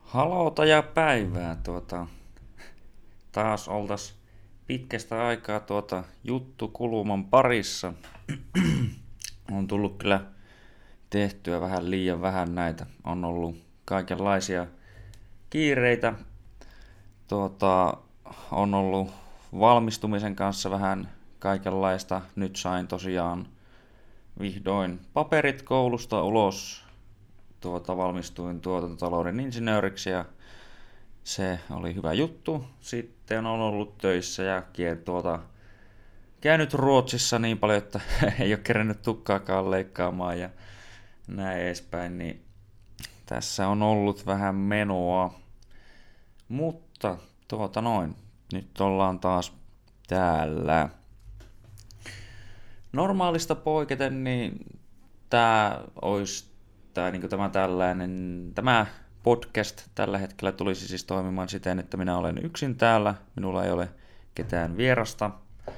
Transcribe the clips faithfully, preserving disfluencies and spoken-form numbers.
Haloota ja päivää. Tuota, taas oltas pitkästä aikaa tuota juttu kuluman parissa. On tullut kyllä tehtyä vähän liian vähän näitä. On ollut kaikenlaisia kiireitä. Tuota, on ollut valmistumisen kanssa vähän kaikenlaista. Nyt sain tosiaan vihdoin paperit koulusta ulos. Tuota, valmistuin tuotantotalouden insinööriksi ja se oli hyvä juttu. Sitten on ollut töissä ja tuota, käynyt Ruotsissa niin paljon, että ei ole kerännyt tukkaakaan leikkaamaan ja näin edespäin. Niin tässä on ollut vähän menoa. Mutta tuota noin, nyt ollaan taas täällä. Normaalista poiketen, niin tää olisi tää, niin tämä tällainen, tämä podcast tällä hetkellä tulisi siis toimimaan siten, että minä olen yksin täällä, minulla ei ole ketään vierasta.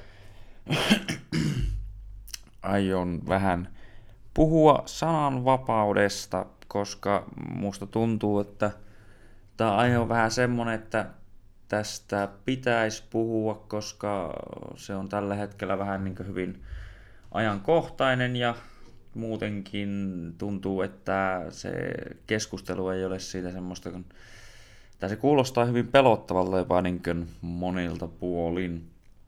Aion vähän puhua sananvapaudesta, koska musta tuntuu, että tämä aihe on vähän semmonen, että tästä pitäisi puhua, koska se on tällä hetkellä vähän niin kuin hyvin ajankohtainen ja muutenkin tuntuu, että se keskustelu ei ole siitä semmoista, kun tai se kuulostaa hyvin pelottavalta jopa niin kuin monilta puolin.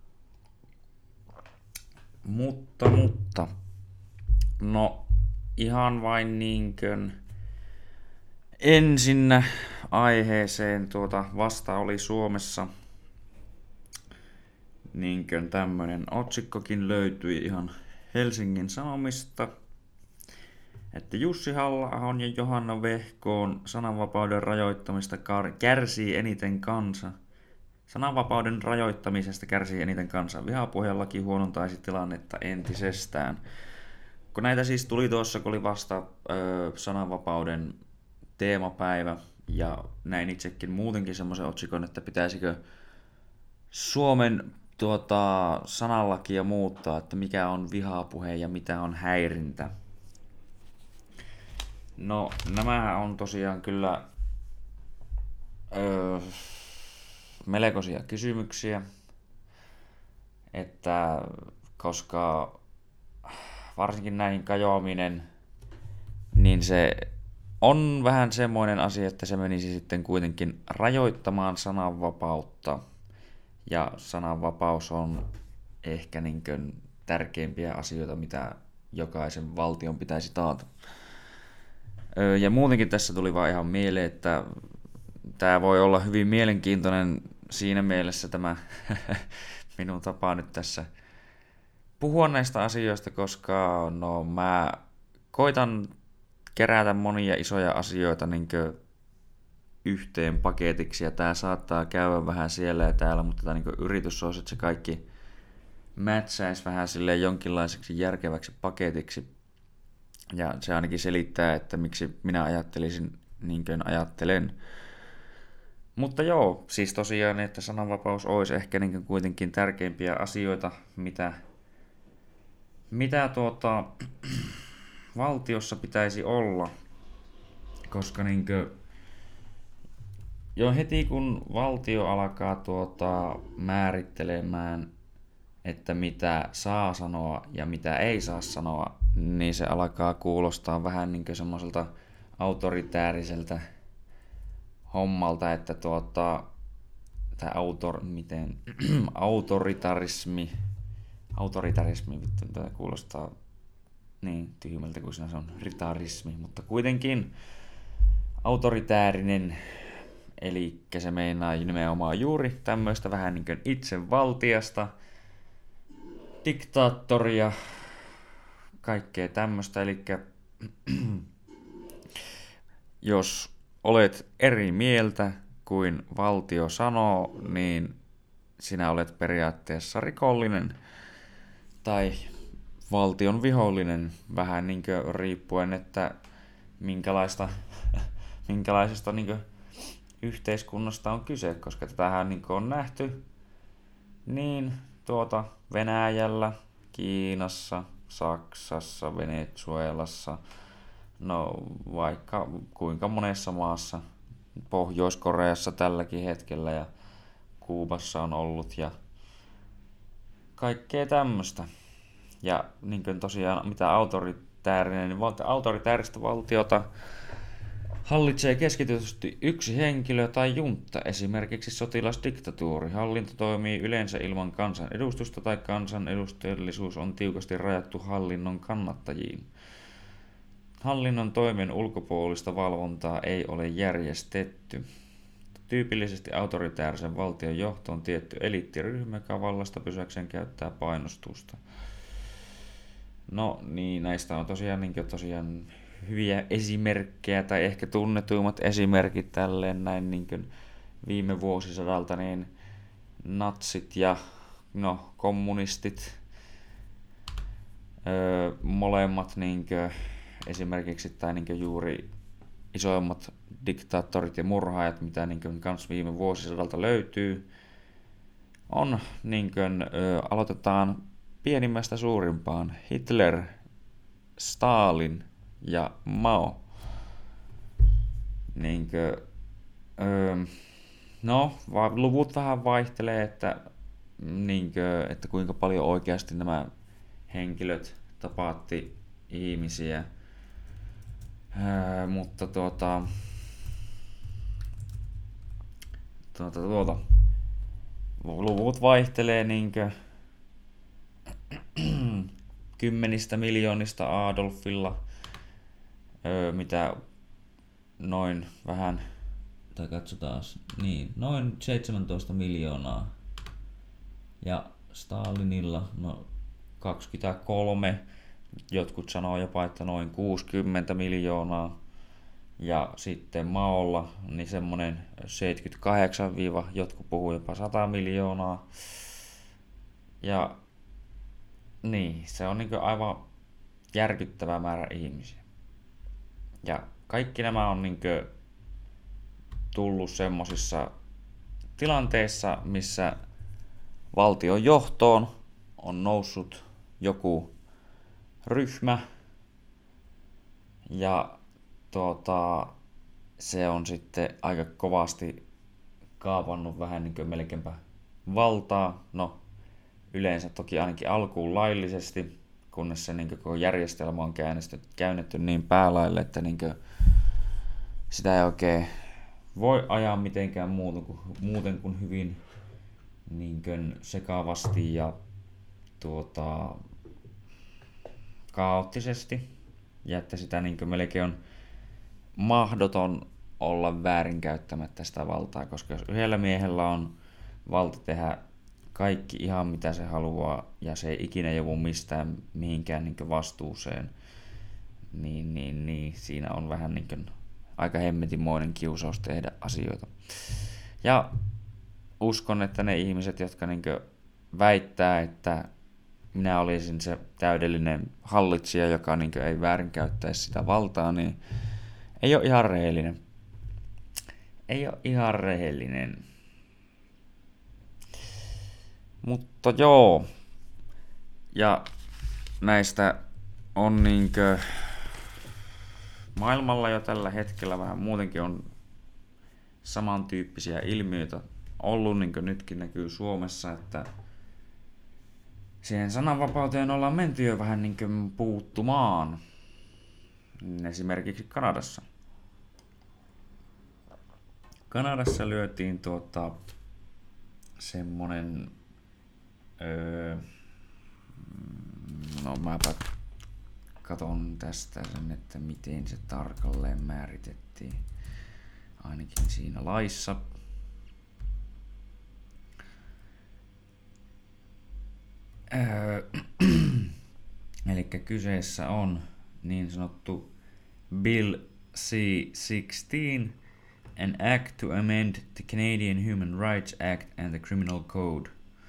Mutta, mutta, no ihan vain niin kuin ensinnä aiheeseen tuota vasta oli Suomessa niin kuin tämmönen otsikkokin löytyi ihan Helsingin Sanomista, että Jussi Halla-ahon ja Johanna Vehkoon sananvapauden rajoittamista kärsii eniten kansa. Sananvapauden rajoittamisesta kärsii eniten kansa. Vihapuhelaki huonontaisi tilannetta entisestään. Kun näitä siis tuli tuossa, kun oli vasta ö, sananvapauden teemapäivä, ja näin itsekin muutenkin semmoisen otsikon, että pitäisikö Suomen tuota, sananlakia muuttaa, että mikä on vihapuhe ja mitä on häirintä. No, nämä on tosiaan kyllä öö, melkoisia kysymyksiä, että koska varsinkin näihin kajoaminen, niin se on vähän semmoinen asia, että se menisi sitten kuitenkin rajoittamaan sananvapautta. Ja sananvapaus on ehkä niin kuin tärkeimpiä asioita, mitä jokaisen valtion pitäisi taata. Ja muutenkin tässä tuli vaan ihan mieleen, että tämä voi olla hyvin mielenkiintoinen siinä mielessä tämä minun tapa nyt tässä puhua näistä asioista, koska no mä koitan kerätä monia isoja asioita niin kuin yhteen paketiksi, ja tää saattaa käydä vähän siellä ja täällä, mutta tää niin yritys olisi, että se kaikki mätsäisi vähän silleen jonkinlaiseksi järkeväksi paketiksi. Ja se ainakin selittää, että miksi minä ajattelisin niin kuin ajattelen. Mutta joo, siis tosiaan, että sananvapaus olisi ehkä niin kuin kuitenkin tärkeimpiä asioita, mitä, mitä tuota, valtiossa pitäisi olla. Koska niin kuin jo heti kun valtio alkaa tuota määrittelemään, että mitä saa sanoa ja mitä ei saa sanoa, niin se alkaa kuulostaa vähän niin kuin semmoiselta autoritääriseltä hommalta, että tuota, tämä autor, miten, autoritarismi, autoritarismi, vittu, tämä kuulostaa niin tyhmältä kuin siinä se on ritarismi, mutta kuitenkin autoritäärinen. Eli se meinaa nimenomaan juuri tämmöistä vähän niin kuin itsevaltiasta, diktaattoria, kaikkea tämmöistä. Eli jos olet eri mieltä kuin valtio sanoo, niin sinä olet periaatteessa rikollinen tai valtion vihollinen, vähän niin kuin riippuen, että minkälaista, minkälaisesta niin kuin yhteiskunnasta on kyse, koska tätähän niin on nähty niin tuota Venäjällä, Kiinassa, Saksassa, Venezuelassa, no vaikka kuinka monessa maassa Pohjois-Koreassa tälläkin hetkellä ja Kuubassa on ollut ja kaikkea tämmöistä. Ja niin kuin tosiaan mitä autoritäärinen, niin valta, autoritääristä valtiota hallitsee keskitetysti yksi henkilö tai juntta, esimerkiksi sotilasdiktatuuri. Hallinto toimii yleensä ilman kansan edustusta tai kansan edustajallisuus on tiukasti rajattu hallinnon kannattajiin. Hallinnon toimen ulkopuolista valvontaa ei ole järjestetty. Tyypillisesti autoritäärisen valtion johto on tietty eliittiryhmä, joka vallasta pysyäkseen käyttää painostusta. No niin, näistä on tosiaan, niin kuin, tosiaan hyviä esimerkkejä tai ehkä tunnetuimmat esimerkit tälleen näin niin kuin viime vuosisadalta, niin natsit ja no, kommunistit, öö, molemmat niin kuin, esimerkiksi tai niin kuin juuri isoimmat diktaattorit ja murhaajat, mitä niin kuin, kans viime vuosisadalta löytyy, on niin kuin, öö, aloitetaan pienimmästä suurimpaan. Hitler, Stalin ja Mao. Niinkö, öö, no, luvut vähän vaihtelee, että, niinkö, että kuinka paljon oikeasti nämä henkilöt tapaatti ihmisiä. Öö, mutta tuota, tuota, tuota, luvut vaihtelee niinkö kymmenistä miljoonista Adolfilla, öö, mitä noin vähän, tai katsotaan, niin, noin seitsemäntoista miljoonaa. Ja Stalinilla, no kaksikymmentäkolme, jotkut sanoo jopa, että noin kuusikymmentä miljoonaa. Ja sitten Maolla, niin semmonen seitsemänkymmentäkahdeksan, jotkut puhuu jopa sata miljoonaa. Ja niin, se on niin aivan järkyttävä määrä ihmisiä. Ja kaikki nämä on niin tullut semmosissa tilanteissa, missä valtion johtoon on noussut joku ryhmä ja tuota, se on sitten aika kovasti kaapannut vähän niin kuin melkeinpä valtaa. No, yleensä toki ainakin alkuun laillisesti, kunnes se niin kuin, koko järjestelmä on käännetty niin päälaille, että niin kuin, sitä ei oikein voi ajaa mitenkään muuten kuin, muuten kuin hyvin niin kuin, sekavasti ja tuota, kaoottisesti. Ja että sitä niin kuin, melkein on mahdoton olla väärinkäyttämättä sitä valtaa, koska jos yhdellä miehellä on valta tehdä kaikki ihan mitä se haluaa ja se ei ikinä joudu mistään mihinkään niin vastuuseen, niin, niin, niin siinä on vähän niin kuin aika hemmetimoinen kiusaus tehdä asioita. Ja uskon, että ne ihmiset, jotka niin väittää, että minä olisin se täydellinen hallitsija, joka niin ei väärinkäyttäisi sitä valtaa, niin ei ole ihan rehellinen. Ei ole ihan rehellinen. Mutta joo, ja näistä on niinkö maailmalla jo tällä hetkellä vähän muutenkin on samantyyppisiä ilmiöitä ollut, niin kuin nytkin näkyy Suomessa, että siihen sananvapauteen ollaan menty jo vähän niin kuin puuttumaan. Esimerkiksi Kanadassa. Kanadassa lyötiin tuota semmonen Öö, no mäpä katon tästä sen, että miten se tarkalleen määritettiin. Ainakin siinä laissa. Öö, Eli kyseessä on niin sanottu Bill C sixteen, an act to amend the Canadian Human Rights Act and the Criminal Code.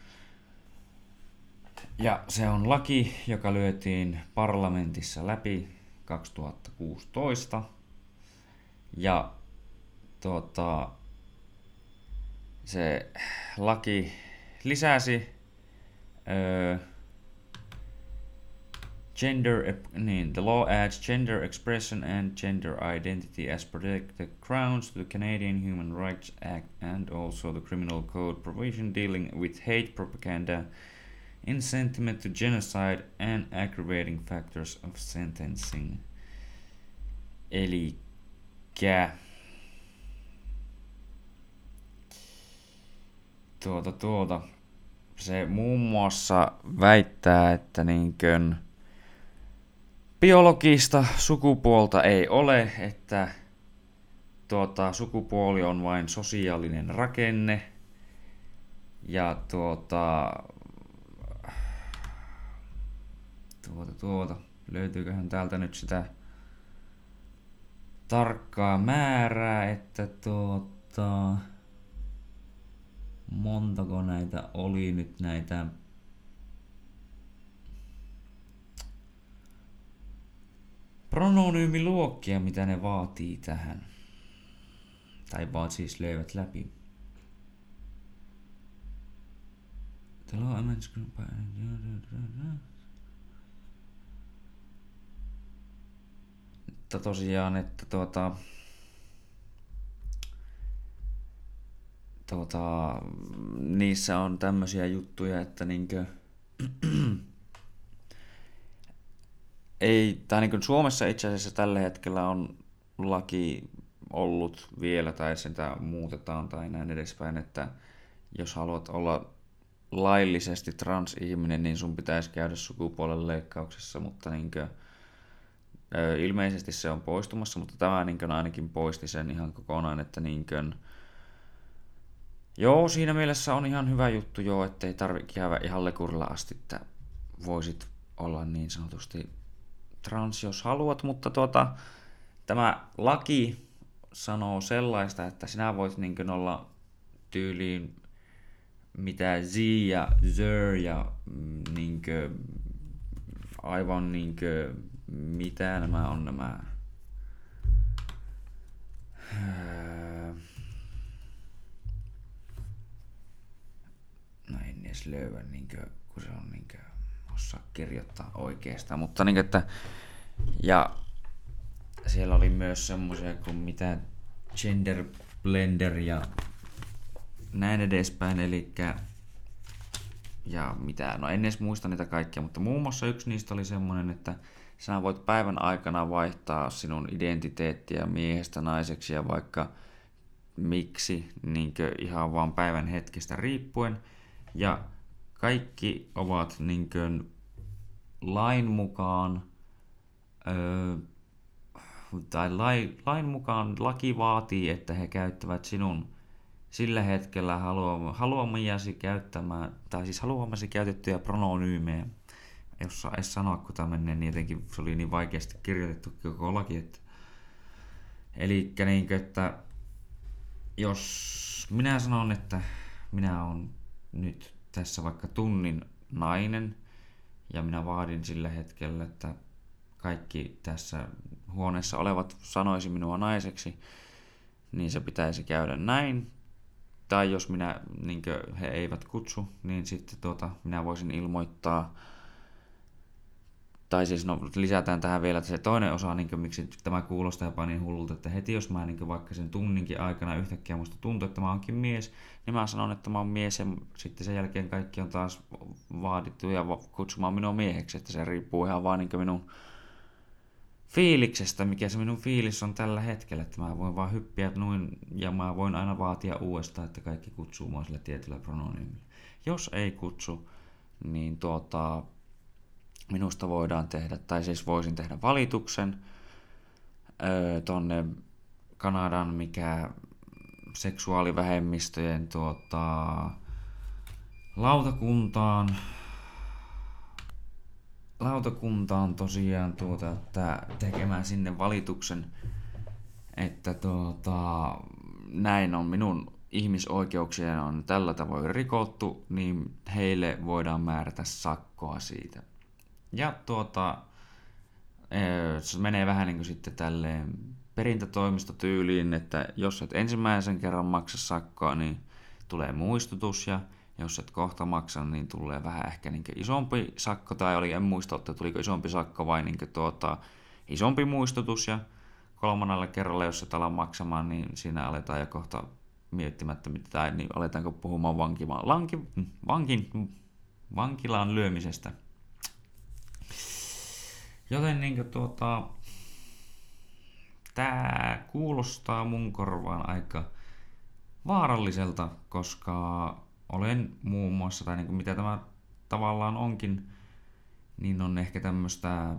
Ja se on laki, joka lyötiin parlamentissa läpi kaksituhattakuusitoista. Ja tuota, se laki lisäsi öö, Gender, niin, the law adds gender expression and gender identity as protected grounds to the Canadian Human Rights Act and also the Criminal Code provision dealing with hate propaganda, incitement to genocide and aggravating factors of sentencing. Elikkä tuota tuota se muun muassa väittää, että niinkön biologista sukupuolta ei ole, että tuota, sukupuoli on vain sosiaalinen rakenne. Ja tuota, tuota, tuota, löytyyköhän täältä nyt sitä tarkkaa määrää, että tuota, montako näitä oli nyt näitä prononyymiluokkia, mitä ne vaatii tähän. Tai vaan siis löivät läpi. The law amends Mutta tosiaan, että tuota, tuota, niissä on tämmöisiä juttuja, että niinkö ei, tai niin Suomessa itse asiassa tällä hetkellä on laki ollut vielä, tai sitä muutetaan tai näin edespäin, että jos haluat olla laillisesti transihminen, niin sun pitäisi käydä sukupuolen leikkauksessa, mutta niin kuin, ö, ilmeisesti se on poistumassa, mutta tämä niin kuin, ainakin poisti sen ihan kokonaan, että niin kuin, joo, siinä mielessä on ihan hyvä juttu joo, ettei tarvitse jäädä ihan lekurilla asti, että voisit olla niin sanotusti trans, jos haluat, mutta tuota, tämä laki sanoo sellaista, että sinä voit niin kuin olla tyyliin mitä Z ja Zer ja niin kuin, aivan niin kuin, mitä nämä on nämä no en edes löyä niin kuin, kun se on niin kuin, osaa kirjoittaa oikeastaan, mutta niin kuin, että ja siellä oli myös semmoisia kuin mitä gender blender ja näin edespäin, eli ja mitä, no en edes muista niitä kaikkia, mutta muun muassa yksi niistä oli semmoinen, että sinä voit päivän aikana vaihtaa sinun identiteettiä miehestä naiseksi ja vaikka miksi, niinkö ihan vaan päivän hetkestä riippuen, ja kaikki ovat niinkö lain mukaan öö, tai lain, lain mukaan laki vaatii, että he käyttävät sinun sillä hetkellä haluamasi käyttämään, tai siis haluamasi käytettyjä prononyymejä. Ei osaa edes sanoa, kun tämä menee, niin jotenkin se oli niin vaikeasti kirjoitettu koko laki. Että elikkä niin, että jos minä sanon, että minä olen nyt tässä vaikka tunnin nainen, ja minä vaadin sillä hetkellä, että kaikki tässä huoneessa olevat sanoisi minua naiseksi, niin se pitäisi käydä näin. Tai jos minä, niin he eivät kutsu, niin sitten tuota, minä voisin ilmoittaa, tai siis no, lisätään tähän vielä se toinen osa, niin miksi tämä kuulostaa jopa niin hullulta, että heti jos mä niin vaikka sen tunninkin aikana yhtäkkiä musta tuntuu, että mä oonkin mies, niin mä sanon, että mä oon mies ja sitten sen jälkeen kaikki on taas vaadittu ja kutsumaan minua mieheksi, että se riippuu ihan vaan niin minun fiiliksestä, mikä se minun fiilis on tällä hetkellä, että mä voin vaan hyppiä noin ja mä voin aina vaatia uudestaan, että kaikki kutsuu mua sillä tietyllä prononyymillä. Jos ei kutsu, niin tuota, minusta voidaan tehdä, tai siis voisin tehdä valituksen öö, tonne Kanadan, mikä seksuaalivähemmistöjen tuota, lautakuntaan, lautakuntaan tosiaan tuota, että tekemään sinne valituksen, että tuota, näin on minun ihmisoikeuksia on tällä tavoin rikottu, niin heille voidaan määrätä sakkoa siitä. Ja tuota, se menee vähän niin kuin sitten tälleen perintätoimistotyyliin, että jos et ensimmäisen kerran maksa sakkoa, niin tulee muistutus ja jos et kohta maksa, niin tulee vähän ehkä niin isompi sakko, tai oli, en muista, että tuliko isompi sakko vai niin tuota, isompi muistutus, ja kolmannella kerralla, jos et ala maksamaan, niin siinä aletaan jo kohta miettimättä, tai niin aletaanko puhumaan vankimaan, lanki, vankin, vankilaan lyömisestä. Joten niin tuota, tää kuulostaa mun korvaan aika vaaralliselta, koska olen muun muassa, tai niin kuin mitä tämä tavallaan onkin, niin on ehkä tämmöistä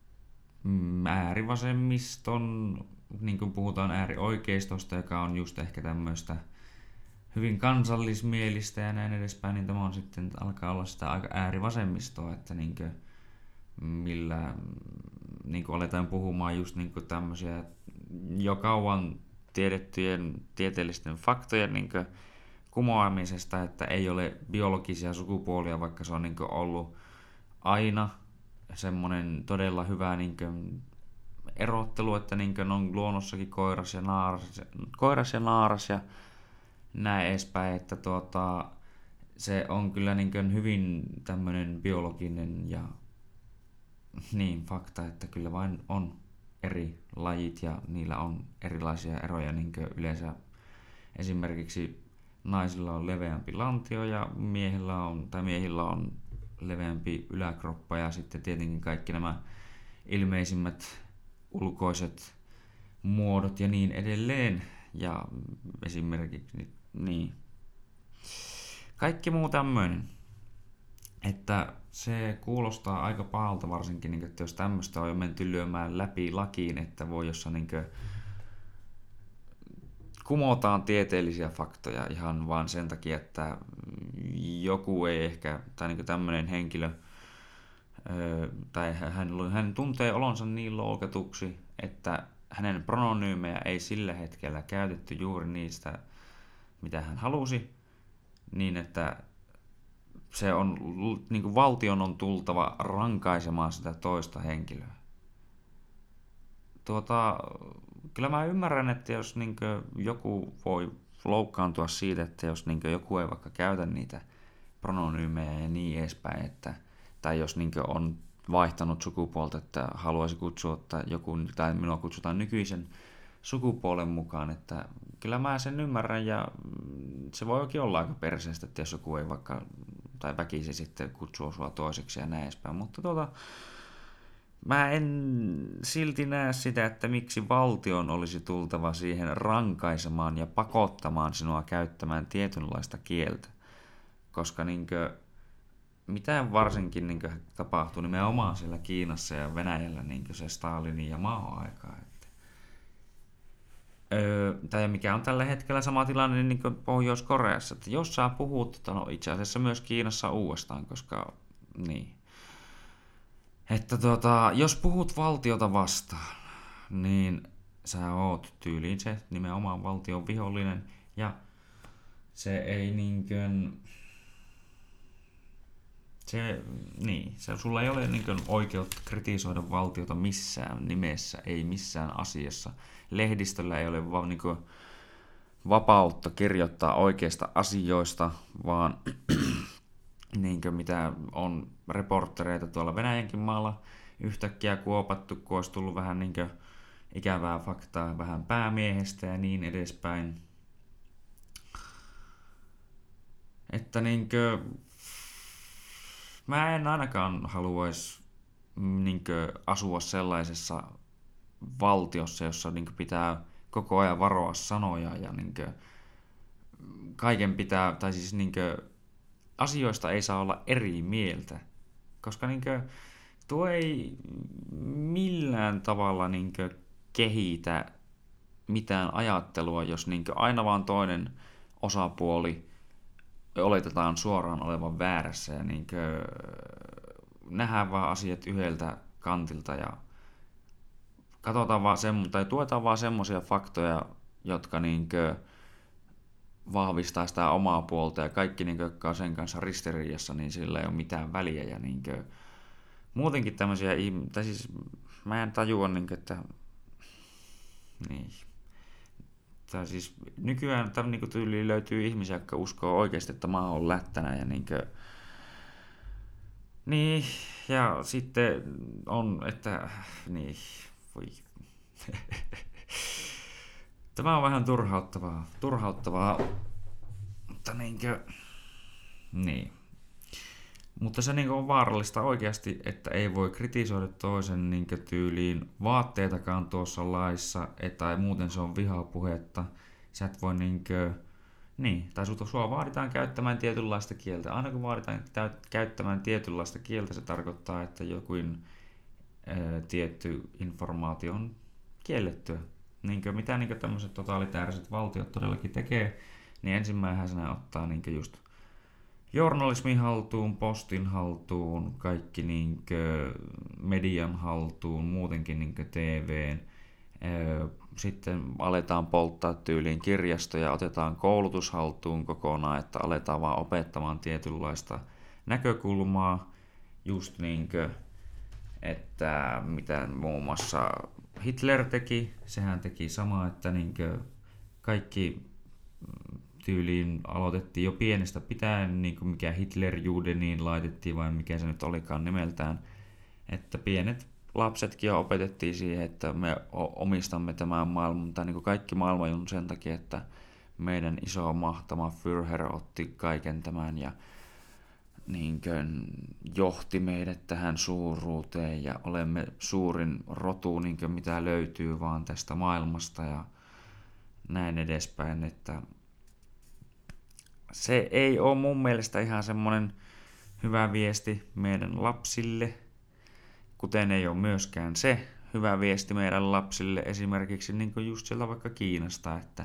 äärivasemmiston, niin kuin puhutaan äärioikeistosta, joka on just ehkä tämmöistä hyvin kansallismielistä ja näin edespäin, niin tämä on sitten, alkaa olla sitä aika äärivasemmistoa, että niin kuin, millä niin kuin aletaan puhumaan just niin kuin tämmöisiä jo kauan tiedettyjen tieteellisten faktojen niin kuin kumoamisesta, että ei ole biologisia sukupuolia, vaikka se on niin kuin ollut aina semmoinen todella hyvä niin kuin erottelu, että niin kuin on luonnossakin koiras ja naaras, koiras ja naaras ja näin edespäin, että tuota, se on kyllä niin kuin hyvin tämmöinen biologinen ja niin fakta, että kyllä vain on eri lajit ja niillä on erilaisia eroja, niin kuin yleensä esimerkiksi naisilla on leveämpi lantio ja miehillä on, tai miehillä on leveämpi yläkroppa ja sitten tietenkin kaikki nämä ilmeisimmät ulkoiset muodot ja niin edelleen. Ja esimerkiksi niin. Kaikki muu tämmöinen. Että se kuulostaa aika pahalta varsinkin, niin, että jos tämmöistä on jo menty lyömään läpi lakiin, että voi jossa niin kuin kumotaan tieteellisiä faktoja ihan vaan sen takia, että joku ei ehkä, tai niin tämmöinen henkilö, tai hän, hän tuntee olonsa niin loukatuksi, että hänen prononyymejä ei sillä hetkellä käytetty juuri niistä, mitä hän halusi, niin että se on, niin kuin valtion on tultava rankaisemaan sitä toista henkilöä. Tuota, kyllä mä ymmärrän, että jos niin joku voi loukkaantua siitä, että jos niin joku ei vaikka käytä niitä prononyymejä ja niin edespäin, että, tai jos niin on vaihtanut sukupuolta, että haluaisi kutsua, että joku, tai minua kutsutaan nykyisen sukupuolen mukaan, että kyllä mä sen ymmärrän ja se voi oikein olla aika perseestä, että jos joku ei vaikka, tai väkisi sitten kutsua sua toiseksi ja näin edespäin, mutta tuota, mä en silti näe sitä, että miksi valtion olisi tultava siihen rankaisemaan ja pakottamaan sinua käyttämään tietynlaista kieltä. Koska niinkö, mitä varsinkin niinkö tapahtuu nimenomaan siellä Kiinassa ja Venäjällä niinkö se Stalinin ja Mao-aikaa. Öö, tai mikä on tällä hetkellä sama tilanne niin kuin Pohjois-Koreassa. Että jos sä puhut, no itse asiassa myös Kiinassa uudestaan, koska niin. Että tuota, jos puhut valtiota vastaan, niin sä oot tyyliin se nimenomaan valtion vihollinen. Ja se ei niinkön, se, niin, se, sulla ei ole niinkön oikeutta kritisoida valtiota missään nimessä, ei missään asiassa. Lehdistöllä ei ole vaan niinkö vapautta kirjoittaa oikeista asioista, vaan niinkö mitä on reporttereita tuolla Venäjänkin maalla yhtäkkiä kuopattu, kun olisi tullut vähän niinkö ikävää faktaa vähän päämiehestä ja niin edespäin. Että niinkö mä en ainakaan haluaisi niinkö asua sellaisessa valtiossa, jossa niinkö pitää koko ajan varoa sanoja ja niinkö kaiken pitää, tai siis niinkö asioista ei saa olla eri mieltä, koska niinkö tuo ei millään tavalla niinkö kehitä mitään ajattelua, jos niinkö aina vaan toinen osapuoli oletetaan suoraan olevan väärässä ja niinkö nähdään vaan asiat yhdeltä kantilta ja katsotaan vaan semmo- tai tuetaan vaan semmoisia faktoja, jotka niinkö vahvistaa sitä omaa puolta ja kaikki, niinkö, jotka on sen kanssa ristiriidassa, niin sillä ei ole mitään väliä ja niinkö muutenkin tämmöisiä, tai siis mä en tajua niinkö, että niin. Tai siis nykyään tämän niin tyyliin löytyy ihmisiä, jotka uskoo oikeasti, että maa on lättänä ja niin kuin, niin, ja sitten on, että niin, voi. Tämä on vähän turhauttavaa, turhauttavaa, mutta niinkö, niin. Mutta se niinkö on vaarallista oikeasti, että ei voi kritisoida toisen niinkö tyyliin vaatteitakaan tuossa laissa, tai muuten se on vihapuhetta. Sä et voi niinkö, niin, tai sua vaaditaan käyttämään tietynlaista kieltä. Aina kun vaaditaan käyttämään tietynlaista kieltä, se tarkoittaa, että jokin ää, tietty informaatio on kiellettyä. Niinkö, mitä niinkö tämmöiset totalitääriset valtiot todellakin tekee, niin ensimmäisenä ottaa niinkö just journalismin haltuun, postin haltuun, kaikki niinkö median haltuun, muutenkin niinkö T V:n. Sitten aletaan polttaa tyyliin kirjastoja, otetaan koulutus haltuun kokonaan, että aletaan vaan opettamaan tietynlaista näkökulmaa, just niinkö, että mitä muun muassa Hitler teki, sehän teki samaa, että niinkö kaikki tyyliin aloitettiin jo pienestä pitäen, niin kuin mikä Hitlerjudeniin laitettiin vai mikä se nyt olikaan nimeltään, että pienet lapsetkin jo opetettiin siihen, että me omistamme tämän maailman, tai niin kuin kaikki maailma on sen takia, että meidän iso mahtava Führer otti kaiken tämän ja niin kuin johti meidät tähän suuruuteen ja olemme suurin rotu, niin kuin mitä löytyy vaan tästä maailmasta ja näin edespäin, että se ei ole mun mielestä ihan semmoinen hyvä viesti meidän lapsille, kuten ei ole myöskään se hyvä viesti meidän lapsille esimerkiksi niin kuin just siellä vaikka Kiinasta, että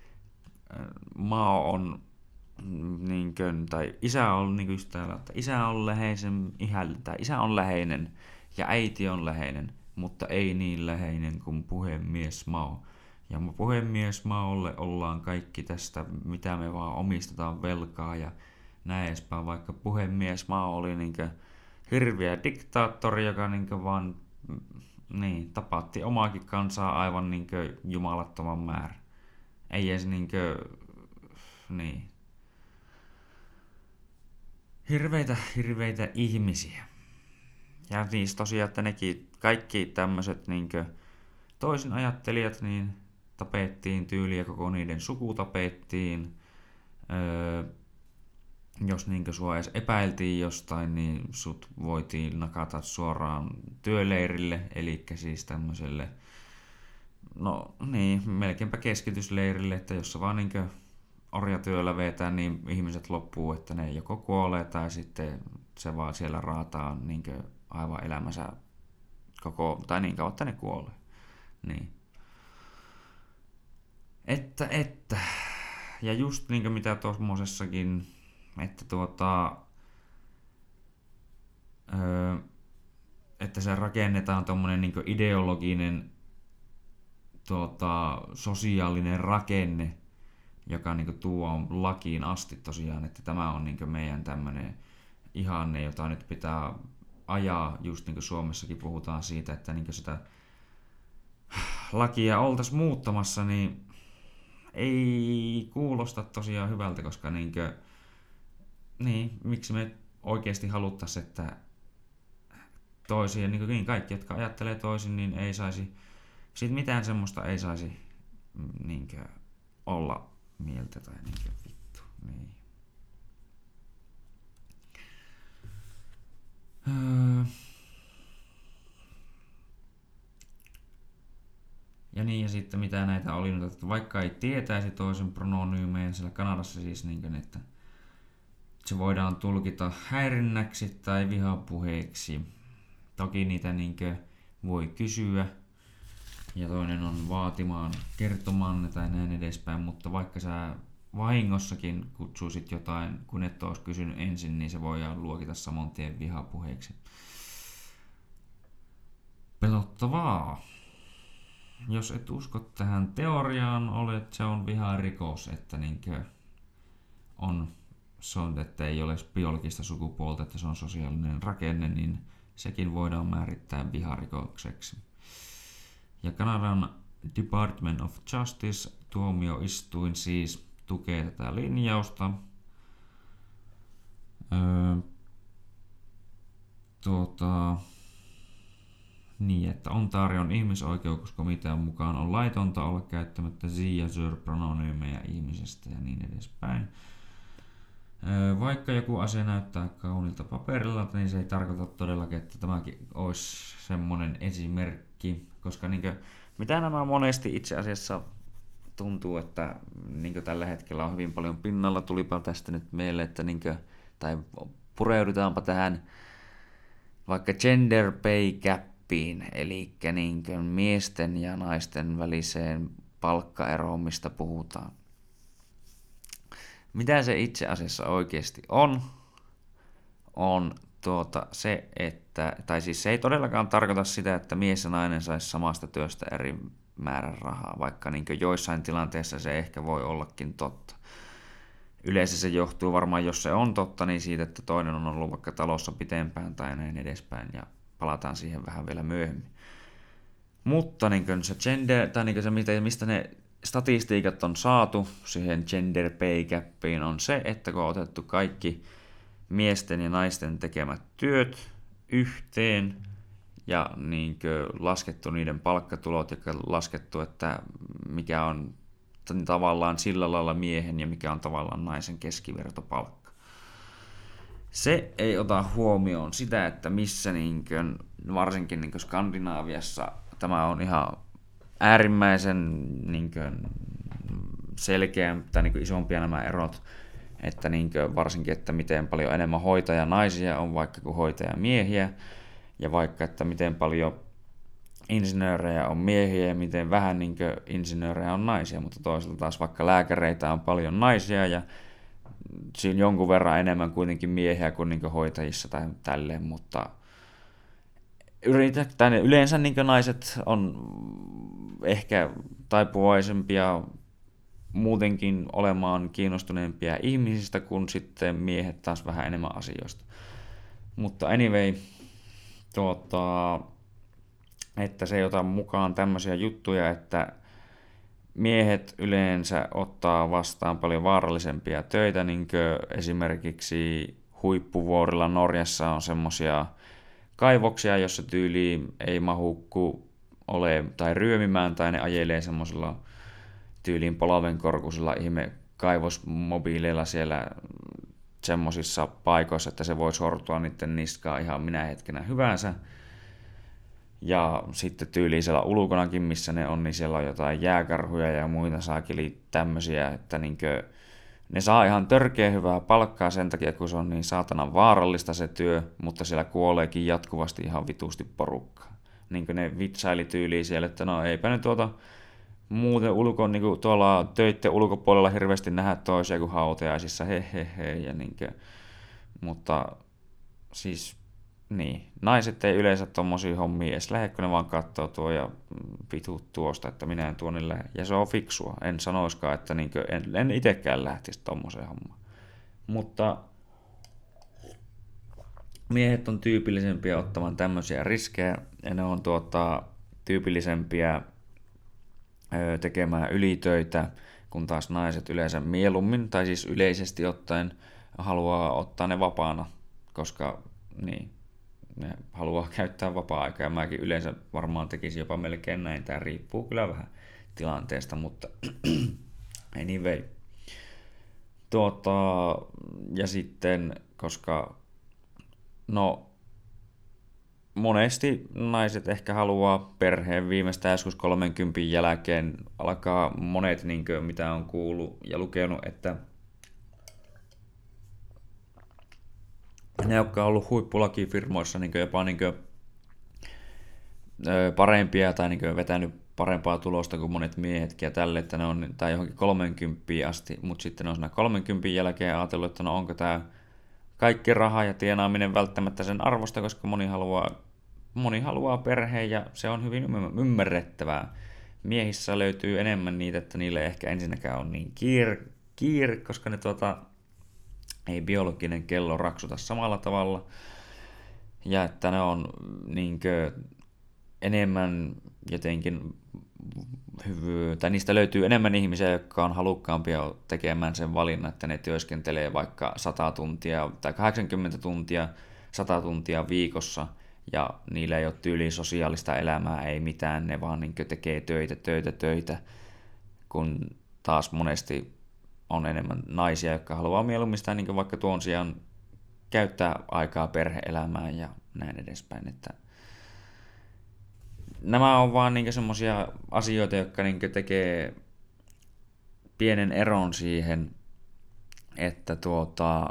maa on niin kuin, tai isä on niin kuin just täällä, että isä on läheisen ihan, tai isä on läheinen ja äiti on läheinen, mutta ei niin läheinen kuin puhemies Mao. Ja puhemies Maolle ollaan kaikki tästä, mitä me vaan omistetaan velkaa ja näin edespäin, vaikka puhemies Mao oli niinkö hirviä diktaattori, joka niinkö vaan niin, tapatti omaakin kansaa aivan niinkö jumalattoman määrä. Ei edes niinkö, niin, hirveitä, hirveitä ihmisiä. Ja niissä tosiaan, että nekin kaikki tämmöiset niinkö toisin ajattelijat, niin tapettiin tyyliä, koko niiden suku tapettiin. Öö, jos niinkö sua edes epäiltiin jostain, niin sut voitiin nakata suoraan työleirille, eli siis tämmöiselle, no niin, melkeinpä keskitysleirille, että jos sä vaan niinkö orjatyöllä vetää, niin ihmiset loppuu, että ne joko kuolee tai sitten se vaan siellä raataa niinkö aivan elämänsä koko, tai niin kauan, että ne kuolee. Niin. Että, että. Ja just niinkö mitä tuossosessakin, että tuota, öö, että se rakennetaan tommonen niinkö ideologinen tuota, sosiaalinen rakenne, joka niinkö tuo lakiin asti tosiaan, että tämä on niinkö meidän tämmönen ihanne, jota nyt pitää ajaa, just niin kuin Suomessakin puhutaan siitä, että niin kuin sitä lakia oltaisiin muuttamassa, niin ei kuulosta tosiaan hyvältä, koska niin kuin, niin, miksi me oikeasti haluttaisiin, että toisia, niin kuin niin kaikki, jotka ajattelee toisin, niin ei saisi, siitä mitään semmoista ei saisi niin kuin, olla mieltä tai niin kuin, vittu, niin. Ja niin, ja sitten mitä näitä oli nyt, että vaikka ei tietäisi toisen prononyymejä siellä Kanadassa siis niin, että se voidaan tulkita häirinnäksi tai vihapuheeksi. Toki niitä niin voi kysyä ja toinen on vaatimaan kertomaan tai näin edespäin, mutta vaikka sä vahingossakin kutsuisit jotain, kun et olisi kysynyt ensin, niin se voidaan luokita saman tien vihapuheeksi. Pelottavaa. Jos et usko tähän teoriaan, olet, se on viharikos, että niinkö on, se on, että ei ole biologista sukupuolta, että se on sosiaalinen rakenne, niin sekin voidaan määrittää viharikokseksi. Ja Kanadan Department of Justice Tuomioistuin siis tukee tätä linjausta. Öö, tuota, niin, että Ontarion ihmisoikeuskomitean mukaan on laitonta olla käyttämättä she ja her prononyymeja ihmisestä ja niin edespäin. Öö, vaikka joku asia näyttää kaunilta paperilla, niin se ei tarkoita todellakin, että tämäkin olisi semmoinen esimerkki, koska niinkö, mitä nämä monesti itse asiassa tuntuu, että niinkö tällä hetkellä on hyvin paljon pinnalla, tulipa tästä nyt meille, että niinkö, tai pureudutaanpa tähän vaikka gender pay gapiin, eli niinkö miesten ja naisten väliseen palkkaeroon, mistä puhutaan. Mitä se itse asiassa oikeasti on, on tuota se, että, tai siis se ei todellakaan tarkoita sitä, että mies ja nainen saisi samasta työstä eri määrän rahaa, vaikka niin joissain tilanteissa se ehkä voi ollakin totta. Yleensä se johtuu varmaan, jos se on totta, niin siitä, että toinen on ollut vaikka talossa pitempään tai näin edespäin, ja palataan siihen vähän vielä myöhemmin. Mutta niin se gender, tai niin se, mistä ne statistiikat on saatu siihen gender pay gapiin, on se, että kun on otettu kaikki miesten ja naisten tekemät työt yhteen ja niin laskettu niiden palkkatulot ja laskettu, että mikä on tavallaan sillä lailla miehen ja mikä on tavallaan naisen keskivertopalkka. Se ei ota huomioon sitä, että missä niin kuin, varsinkin niin kuin Skandinaaviassa tämä on ihan äärimmäisen niin kuin, selkeä tai niin kuin, isompia nämä erot, että niin kuin, varsinkin, että miten paljon enemmän hoitajanaisia on vaikka kuin hoitajamiehiä, ja vaikka, että miten paljon insinöörejä on miehiä ja miten vähän niin kuin, insinöörejä on naisia, mutta toisaalta taas vaikka lääkäreitä on paljon naisia ja siinä jonkun verran enemmän kuitenkin miehiä kuin, niin kuin hoitajissa tai tälleen, mutta yleensä niin kuin naiset on ehkä taipuvaisempia muutenkin olemaan kiinnostuneempia ihmisistä kuin sitten miehet taas vähän enemmän asioista. Mutta anyway, tuota, että se ei ota mukaan tämmöisiä juttuja, että miehet yleensä ottaa vastaan paljon vaarallisempia töitä, niin kuin esimerkiksi huippuvuorilla Norjassa on semmoisia kaivoksia, jossa tyyliin ei mahu ku ole tai ryömimään tai ne ajelee semmoisilla tyyliin polvenkorkuisilla ihme kaivosmobiileilla siellä semmoisissa paikoissa, että se voi sortua niiden niskaa ihan minä hetkenä hyvänsä. Ja sitten tyyliin siellä ulkonakin, missä ne on, niin siellä on jotain jääkarhuja ja muita saakeli tämmöisiä, että niinkö ne saa ihan törkeä hyvää palkkaa sen takia, kun se on niin saatanan vaarallista se työ, mutta siellä kuoleekin jatkuvasti ihan vitusti porukkaa. Niin kuin ne vitsaili tyyliin siellä, että no eipä ne tuota muuten ulko, niin kuin tuolla töitten ulkopuolella hirveästi nähdä toisia kuin hautajaisissa, he he he, ja niinkö, mutta siis niin, naiset ei yleensä tommosia hommia edes lähde, kun ne vaan katsoo tuo ja vitut tuosta, että minä en tuonne lähde. Ja se on fiksua. En sanoiskaan, että niinkö, en, en itekään lähtisi tommoseen hommaan. Mutta miehet on tyypillisempiä ottamaan tämmöisiä riskejä, ja ne on tuota, tyypillisempiä ö, tekemään ylitöitä, kun taas naiset yleensä mieluummin, tai siis yleisesti ottaen, haluaa ottaa ne vapaana, koska niin, ne haluaa käyttää vapaa-aikaa, ja mäkin yleensä varmaan tekisin jopa melkein näin. Tämä riippuu kyllä vähän tilanteesta, mutta anyway. Tuota, ja sitten, koska no monesti naiset ehkä haluaa perheen viimeistään joskus kolmenkympin jälkeen, alkaa monet, niin kuin, mitä on kuullut ja lukenut, että ne, jotka on ollut huippulakifirmoissa niin jopa niin kuin, parempia tai niin vetänyt parempaa tulosta kuin monet miehetkin ja tälle, että ne on tai johonkin kolmenkymppiin asti, mutta sitten ne on siinä kolmenkympin jälkeen ajatellut, että no onko tämä kaikki raha ja tienaaminen välttämättä sen arvosta, koska moni haluaa, moni haluaa perheen ja se on hyvin ymmärrettävää. Miehissä löytyy enemmän niitä, että niille ehkä ensinnäkään on niin kiire, kiire koska ne tuota, ei biologinen kello raksuta samalla tavalla ja että ne on niinkö enemmän jotenkin hyvyy, tai niistä löytyy enemmän ihmisiä, jotka on halukkaampia tekemään sen valinnan, että ne työskentelee vaikka sata tuntia tai kahdeksankymmentä tuntia, sata tuntia viikossa, ja niillä ei ole tyyliin sosiaalista elämää, ei mitään, ne vaan niin tekee töitä, töitä, töitä, kun taas monesti on enemmän naisia, jotka haluaa mieluummin sitä niin vaikka tuon sijaan käyttää aikaa perhe-elämään ja näin edespäin, että nämä on vaan niin semmoisia asioita, jotka niin tekee pienen eron siihen, että tuota,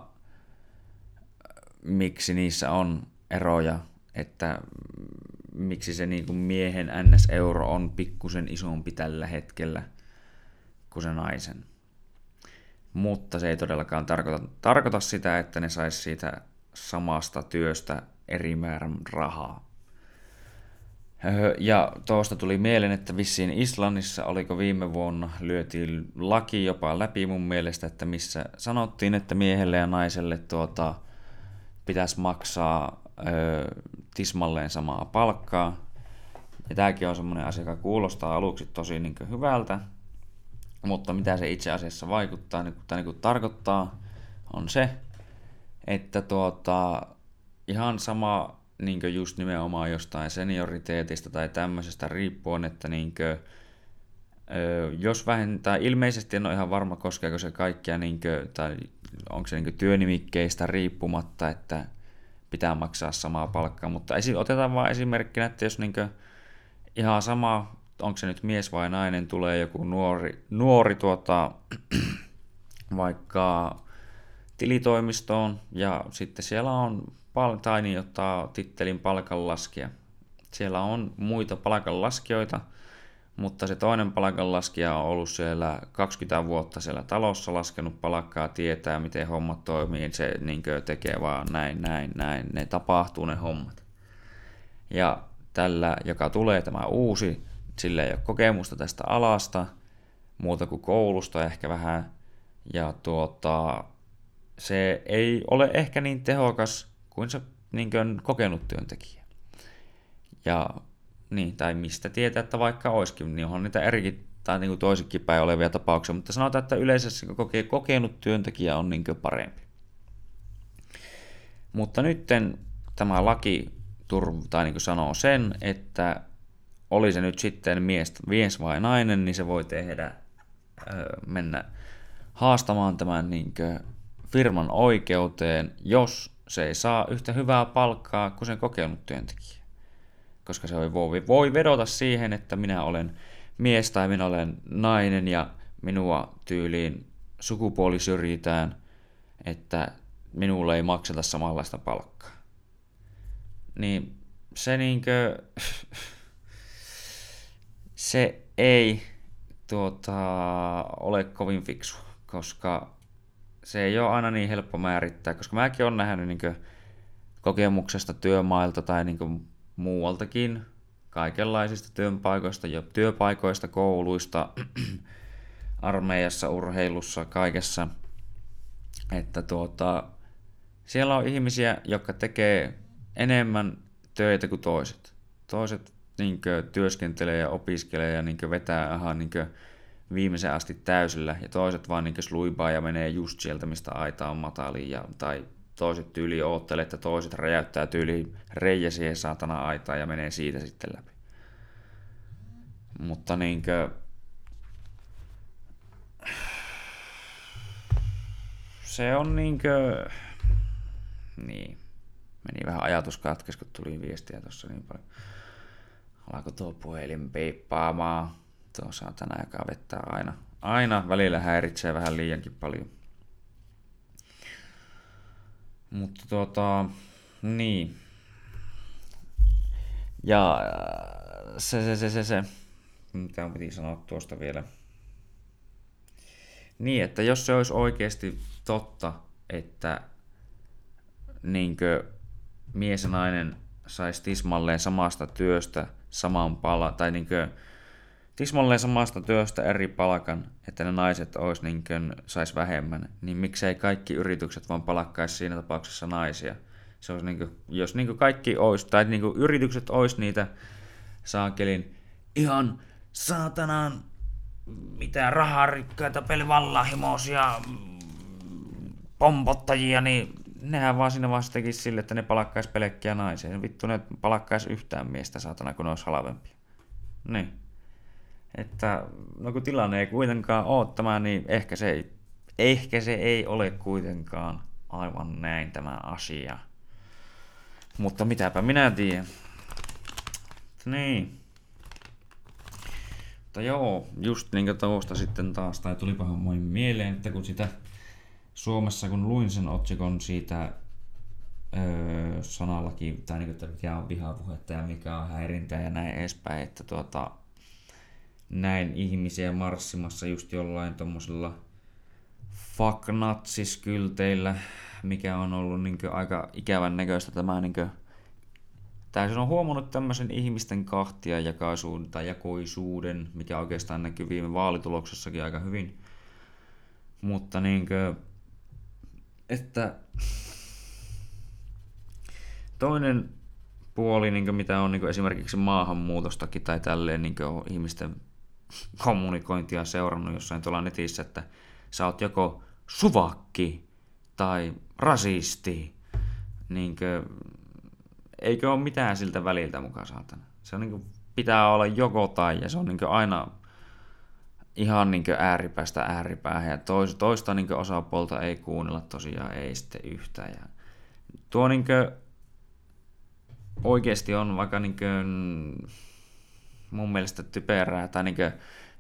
miksi niissä on eroja, että miksi se niin kuin miehen N S-euro on pikkusen isompi tällä hetkellä kuin se naisen. Mutta se ei todellakaan tarkoita, tarkoita sitä, että ne sais siitä samasta työstä eri määrän rahaa. Ja tuosta tuli mieleen, että vissiin Islannissa, oliko viime vuonna, lyötiin laki jopa läpi mun mielestä, että missä sanottiin, että miehelle ja naiselle tuota, pitäisi maksaa ö, tismalleen samaa palkkaa. Ja tämäkin on semmoinen asia, joka kuulostaa aluksi tosi niin kuin hyvältä, mutta mitä se itse asiassa vaikuttaa, niin, tai niin kuin tarkoittaa, on se, että tuota, ihan sama niin kuin just nimenomaan jostain senioriteetista tai tämmöisestä riippuen, että niin kuin, jos vähentää, ilmeisesti en ole ihan varma, koskeeko se kaikkia, niin kuin, tai onko se niin kuin työnimikkeistä riippumatta, että pitää maksaa samaa palkkaa, mutta esi- otetaan vaan esimerkkinä, että jos niin kuin ihan sama, onko se nyt mies vai nainen, tulee joku nuori, nuori tuota, vaikka tilitoimistoon, ja sitten siellä on, pal- tai niin ottaa tittelin palkanlaskija. Siellä on muita palkanlaskijoita, mutta se toinen palkanlaskija on ollut siellä kaksikymmentä vuotta siellä talossa, laskenut palkkaa, tietää miten hommat toimii, se niin tekee vaan näin, näin, näin, ne tapahtuu ne hommat. Ja tällä, joka tulee tämä uusi, sillä ei ole kokemusta tästä alasta, muuta kuin koulusta ehkä vähän, ja tuota, se ei ole ehkä niin tehokas kuin se niin kuin kokenut työntekijä. Ja niin, tai mistä tietää, että vaikka olisikin, niin onhan niitä erikin tai niin kuin toisinkin päin olevia tapauksia, mutta sanotaan, että yleensä kokee, kokenut työntekijä on niin kuin parempi. Mutta nyt tämä laki turv, tai niin kuin sanoo sen, että oli se nyt sitten mies, mies vai nainen, niin se voi tehdä, mennä haastamaan tämän niin kuin firman oikeuteen, jos se ei saa yhtä hyvää palkkaa kuin sen kokenut työntekijä. Koska se voi, voi vedota siihen, että minä olen mies tai minä olen nainen ja minua tyyliin sukupuoli syrjitään, että minulle ei makseta samanlaista palkkaa. Niin se niinkö, se ei tuota, ole kovin fiksu, koska se ei ole aina niin helppo määrittää, koska mäkin olen nähnyt niinkö kokemuksesta työmailta tai niinkö muualtakin, kaikenlaisista työpaikoista, jo työpaikoista, kouluista, armeijassa, urheilussa, kaikessa, että tuota, siellä on ihmisiä, jotka tekee enemmän töitä kuin toiset. Toiset niinkö työskentelee ja opiskelee ja niinkö vetää aha, niinkö viimeisen asti täysillä, ja toiset vaan niinkö sluibaa ja menee just sieltä, mistä aita on mataliin, ja, tai toiset tyyli oottelee, että toiset räjäyttää tyyli reijä siihen saatana aitaan ja menee siitä sitten läpi. Mutta niinkö se on niinkö niin. Meni vähän ajatus katkes, kun tuli viestiä tuossa niin paljon. Alako tuo puhelin peippaamaan? Tuo saatana, joka vettää aina. Aina välillä häiritsee vähän liiankin paljon. Mutta tuota, niin. Ja se, se, se, se, se. Mitä piti sanoa tuosta vielä? Niin, että jos se olisi oikeasti totta, että niinkö mies ja nainen saisi tismalleen samasta työstä saman pala, tai niinkö tismalleen samasta työstä eri palkan, että ne naiset olisi niinkö sais vähemmän, niin miksei kaikki yritykset vaan palkkaisi siinä tapauksessa naisia. Se olisi niinkö, jos niinkö kaikki olisi, tai niinkö yritykset olisi niitä saakelin ihan saatanan mitä raharikkaita pelivallahimoisia pompottajia, niin nehän vaan siinä vasta tekisi sille, että ne palakkais pelkkiä naisia. Vittu ne palakkais yhtään miestä saatana, kun ne olisi halvempia. Niin. Että no kun tilanne ei kuitenkaan ole tämä, niin ehkä se ei, ehkä se ei ole kuitenkaan aivan näin tämä asia. Mutta mitäpä minä tiedän. Niin. Mutta joo, just niinkö tuosta sitten taas, tai tulipahan moi mieleen, että kun sitä Suomessa, kun luin sen otsikon siitä öö, sanallakin, tai niin, että mikä on vihapuhetta ja mikä on häirintää ja näin edespäin, että tuota, näin ihmisiä marssimassa just jollain tommosella fuck natsiskylteillä, mikä on ollut niinkö aika ikävän näköistä tämä niinkö, tai se on huomannut tämmöisen ihmisten kahtia jakaisuuden tai jakoisuuden, mikä oikeastaan näkyy viime vaalituloksessakin aika hyvin. Mutta niinkö, että toinen puoli, niinkö, mitä on niinkö esimerkiksi maahanmuutostakin tai tälleen niinkö on ihmisten kommunikointia seurannut jossain tuolla netissä, että sä oot joko suvakki tai rasisti, niinkö, eikö ole mitään siltä väliltä mukaan saatana. Se on niinkö, pitää olla joko tai, ja se on niinkö aina ihan niinkö ääripäästä ääripäähän, ja toista niinkö osapuolta ei kuunnella tosiaan, ei sitten yhtään. Ja tuo niinkö oikeesti on vaikka niinkö mun mielestä typerää, tai niinkö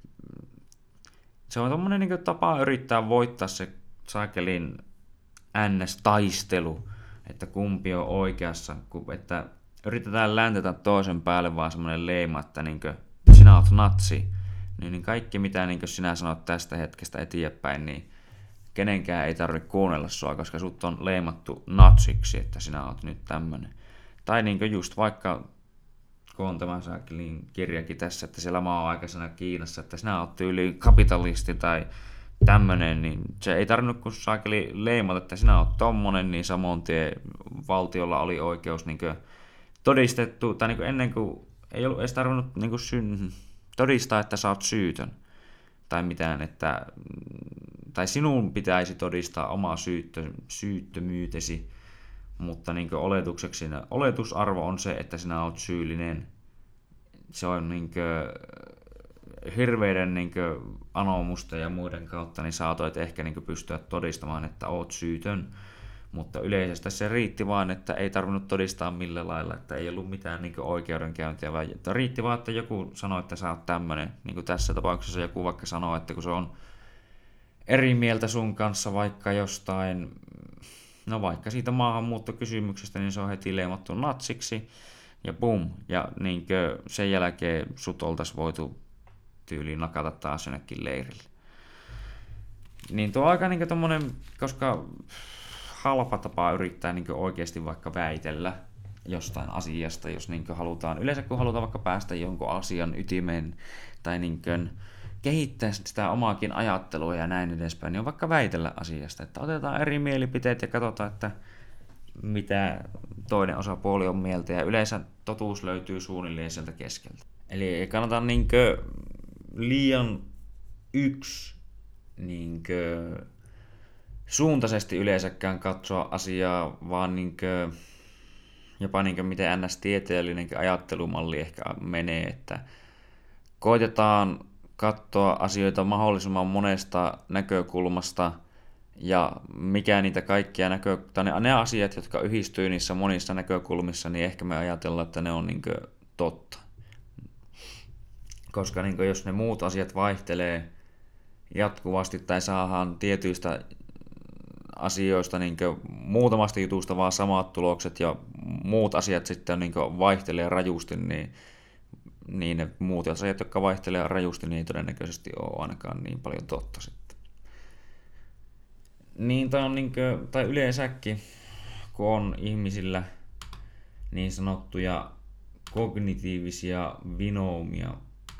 se on tommonen niinkö tapa yrittää voittaa se saakelin N S-taistelu, että kumpi on oikeassa, että yritetään läntetä toisen päälle vaan semmoinen leima, että niinkö sinä oot natsi, niin, niin kaikki mitä niinkö sinä sanot tästä hetkestä eteenpäin, niin kenenkään ei tarvitse kuunnella sua, koska sut on leimattu natsiksi, että sinä oot nyt tämmönen. Tai niinkö just vaikka, kun on tämä saakelin kirjakin tässä, että siellä maa-aikaisena Kiinassa, että sinä oot tyyli kapitalisti tai tämmönen, niin se ei tarvinnut kun saakeli leimata, että sinä oot tommonen, niin samoin tie valtiolla oli oikeus niinkö todistettu, tai niinkö ennen kuin ei ollut edes tarvinnut niinkö syn, todistaa, että sä oot syytön, tai mitään, että, tai sinun pitäisi todistaa omaa syyttö, syyttömyytesi, mutta niinkö oletukseksi, oletusarvo on se, että sinä oot syyllinen. Se on niinkö hirveiden niinkö anomusta ja muiden kautta, niin saatoit ehkä niinkö pystyä todistamaan, että oot syytön. Mutta yleisesti se riitti vaan, että ei tarvinnut todistaa millä lailla, että ei ollut mitään niinkö oikeudenkäyntiä, vaan että riitti vaan, että joku sanoi, että sä oot tämmönen. Niin kuin tässä tapauksessa joku vaikka sanoo, että kun se on eri mieltä sun kanssa vaikka jostain, no vaikka siitä maahanmuuttokysymyksestä, niin se on heti leimattu natsiksi ja bum. Ja niinkö sen jälkeen sut oltais voitu tyyliin nakata taas jonnekin leirille. Niin tuo on aika niinkö tommonen, koska halpa tapa yrittää niinkö oikeesti vaikka väitellä jostain asiasta, jos niinkö halutaan, yleensä kun halutaan vaikka päästä jonkun asian ytimeen tai niinkö kehittää sitä omaakin ajattelua ja näin edespäin, niin on vaikka väitellä asiasta, että otetaan eri mielipiteet ja katsotaan, että mitä toinen osapuoli on mieltä, ja yleensä totuus löytyy suunnilleen sieltä keskeltä. Eli ei kannata niinkö liian yksi niinkö suuntaisesti yleensäkään katsoa asiaa, vaan niinkö jopa niinkö miten ns. Tieteellinenkin ajattelumalli ehkä menee, että koitetaan katsoa asioita mahdollisimman monesta näkökulmasta, ja mikä niitä kaikkia näkö... tai ne, ne asiat, jotka yhdistyy niissä monissa näkökulmissa, niin ehkä me ajatellaan, että ne on niinkö totta. Koska niinkö jos ne muut asiat vaihtelee jatkuvasti tai saadaan tietyistä asioista niinkö muutamasta jutusta vaan samat tulokset ja muut asiat sitten niinkö vaihtelee rajusti, niin niin ne muut asiat, jotka vaihtelee rajusti, niin ei todennäköisesti ole ainakaan niin paljon totta sitten. Niin, tai, on niinkö, tai yleensäkin, kun on ihmisillä niin sanottuja kognitiivisia vinoumia,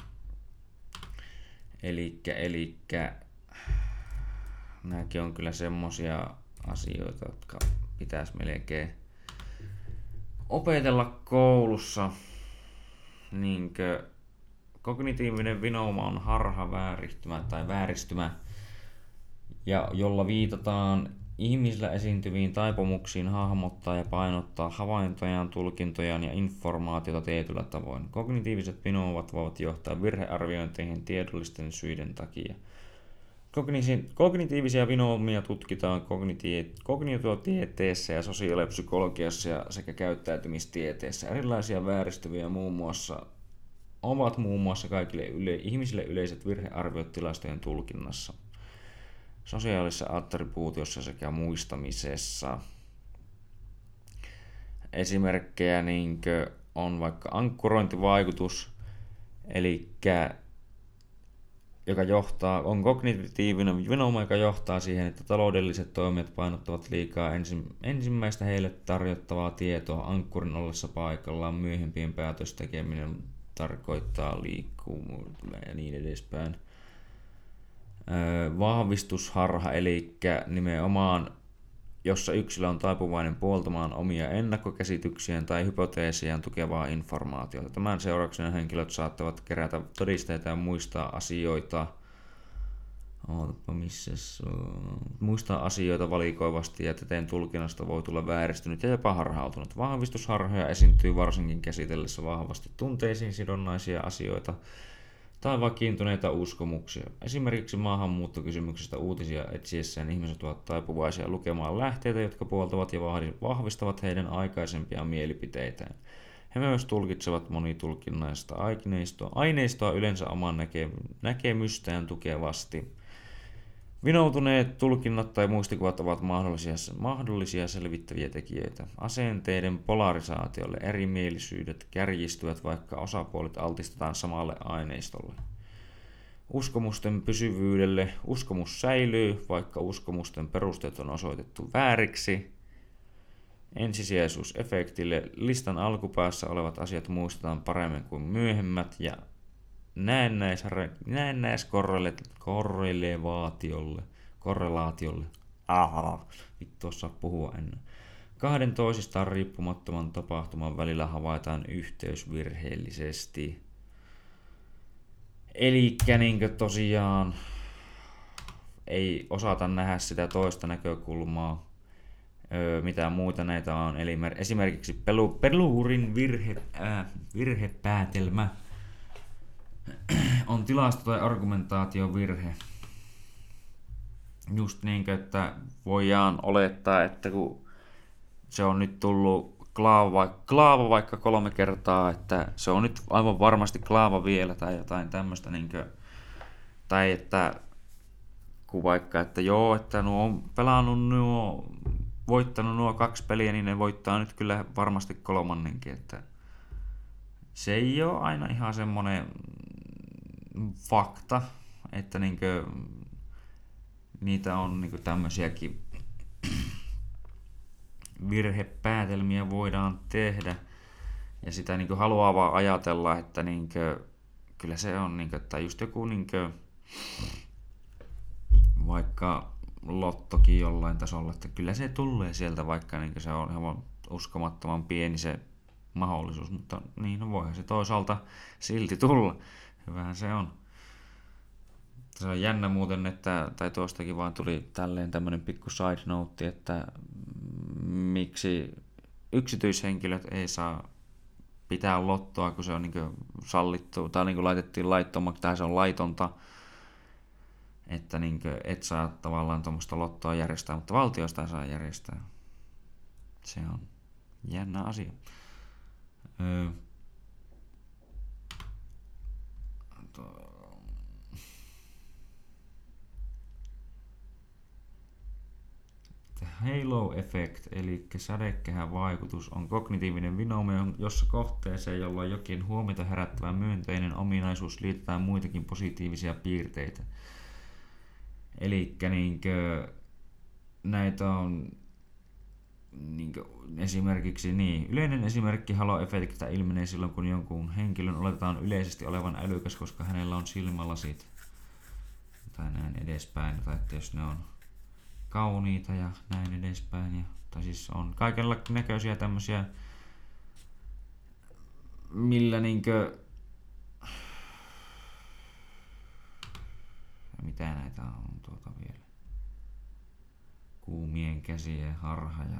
elikkä, elikkä nämäkin on kyllä semmosia asioita, jotka pitäisi melkein opetella koulussa, niinkö, Kognitiivinen vinouma on harha vääristymä tai vääristymä, ja jolla viitataan ihmisillä esiintyviin taipumuksiin hahmottaa ja painottaa havaintojaan, tulkintojaan ja informaatiota tietyllä tavoin. Kognitiiviset vinoumat voivat johtaa virhearviointeihin tiedollisten syiden takia. Kognitiivisia vinoumia tutkitaan kognitiotieteessä ja sosiaalipsykologiassa sekä käyttäytymistieteessä. Erilaisia vääristyviä muun muassa ovat muun muassa kaikille yle, ihmisille yleiset virhearviot tilastojen tulkinnassa, sosiaalisessa attribuutiossa sekä muistamisessa. Esimerkkejä niinkö on vaikka ankkurointivaikutus, eli joka johtaa, on kognitiivinen vinouma, joka johtaa siihen, että taloudelliset toimijat painottavat liikaa ensimmäistä heille tarjottavaa tietoa ankkurin ollessa paikallaan. Myöhempien päätöstekeminen tarkoittaa liikkuvuutta ja niin edespäin. Öö, vahvistusharha, eli nimenomaan jossa yksilö on taipuvainen puoltamaan omia ennakkokäsityksiään tai hypoteesiaan tukevaa informaatiota. Tämän seurauksena henkilöt saattavat kerätä todisteita ja muistaa asioita, Ootapa, missäs, muistaa asioita valikoivasti ja täten tulkinnasta voi tulla vääristynyt ja jopa harhautunut. Vahvistusharhoja esiintyy varsinkin käsitellessä vahvasti tunteisiin sidonnaisia asioita tai vakiintuneita uskomuksia. Esimerkiksi maahanmuuttokysymyksistä uutisia etsiessään ihmiset ovat taipuvaisia lukemaan lähteitä, jotka puoltavat ja vahvistavat heidän aikaisempia mielipiteitään. He myös tulkitsevat monitulkinnaista aineistoa, aineistoa yleensä oman näke, näkemystään tukevasti. Vinoutuneet tulkinnat tai muistikuvat ovat mahdollisia, mahdollisia selvittäviä tekijöitä. Asenteiden polarisaatiolle erimielisyydet kärjistyvät, vaikka osapuolet altistetaan samalle aineistolle. Uskomusten pysyvyydelle uskomus säilyy, vaikka uskomusten perusteet on osoitettu vääriksi. Ensisijaisuusefektille listan alkupäässä olevat asiat muistetaan paremmin kuin myöhemmät ja näennäiskorrelaatiolle, korrelaatiolle, aha, vittu osaa puhua ennen. Kahden toisistaan riippumattoman tapahtuman välillä havaitaan yhteys virheellisesti. Elikkä niinkö tosiaan ei osata nähdä sitä toista näkökulmaa. Öö, mitä muuta näitä on. Eli esimerkiksi pelu, peluurin virhe, äh, virhepäätelmä on tilasto- tai argumentaatiovirhe. Just niin, että voidaan olettaa, että kun se on nyt tullut klaava, klaava vaikka kolme kertaa, että se on nyt aivan varmasti klaava vielä tai jotain tämmöistä, niin kuin, tai että kun vaikka, että joo, että nuo on pelannut nuo, voittanut nuo kaksi peliä, niin ne voittaa nyt kyllä varmasti kolmannenkin, että se ei ole aina ihan semmoinen fakta, että niinkö, niitä on niinkö tämmöisiäkin virhepäätelmiä voidaan tehdä ja sitä niinkö haluaa vaan ajatella, että niinkö, kyllä se on niinkö, että just joku niinkö, vaikka lottokin jollain tasolla, että kyllä se tulee sieltä, vaikka niinkö se on ihan uskomattoman pieni se mahdollisuus, mutta niin no voihan se toisaalta silti tulla. Hyvähän se on. Se on jännä muuten, että, tai tuostakin vaan tuli tälleen tämmönen pikku side note, että miksi yksityishenkilöt ei saa pitää lottoa, kun se on niinku sallittu, tai niinku laitettiin laittomaksi, tai se on laitonta, että niinku et saa tavallaan tuommoista lottoa järjestää, mutta valtiosta saa järjestää. Se on jännä asia. Öö. Halo effect, eli sädekehän vaikutus, on kognitiivinen vinouma, jossa kohteeseen, jolla on jokin huomiota herättävä myönteinen ominaisuus, liitetään muitakin positiivisia piirteitä. Eli niinkö, näitä on niinkö, esimerkiksi niin. Yleinen esimerkki halo-efektistä ilmenee silloin, kun jonkun henkilön oletetaan yleisesti olevan älykäs, koska hänellä on silmälasit. Tai näin edespäin. Tai että jos ne on kauniita ja näin edespäin. Ja, tai siis on kaikenla näköisiä tämmöisiä, millä niinkö mitä näitä on tuota vielä. Kuumien käsien harha ja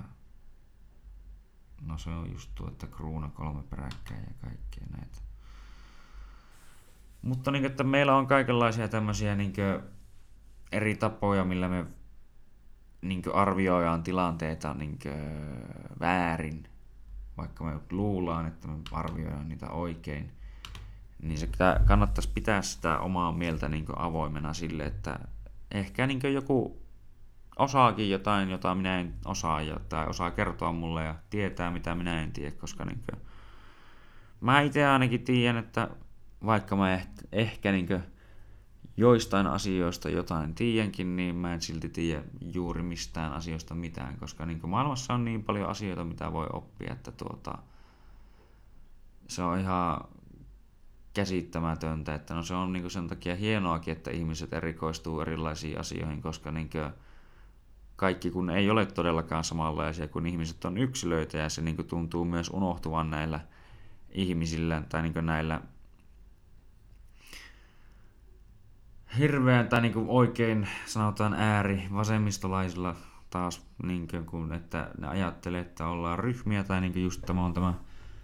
no se on just tuo, että kruuna kolme peräkkäin ja kaikkea näitä. Mutta niin, että meillä on kaikenlaisia tämmöisiä niin eri tapoja, millä me niin arvioidaan tilanteita niin väärin. Vaikka me luullaan, että me arvioidaan niitä oikein, niin se kannattaisi pitää sitä omaa mieltä niin avoimena sille, että ehkä niin joku osaakin jotain, jota minä en osaa, tai osaa kertoa mulle ja tietää, mitä minä en tiedä, koska niin kuin, mä itse ainakin tiedän, että vaikka mä ehkä, ehkä niin joistain asioista jotain tiedänkin, niin mä en silti tiedä juuri mistään asioista mitään, koska niin maailmassa on niin paljon asioita, mitä voi oppia, että tuota, se on ihan käsittämätöntä, että no se on niin sen takia hienoakin, että ihmiset erikoistuu erilaisiin asioihin, koska niin kaikki kun ei ole todellakaan samanlaisia, kun ihmiset on yksilöitä ja se niin tuntuu myös unohtuvan näillä ihmisillä tai niin näillä hirveän tai niin oikein sanotaan ääri vasemmistolaisilla taas, niin kuin, että ne ajattelee, että ollaan ryhmiä tai niin just tämä on tämä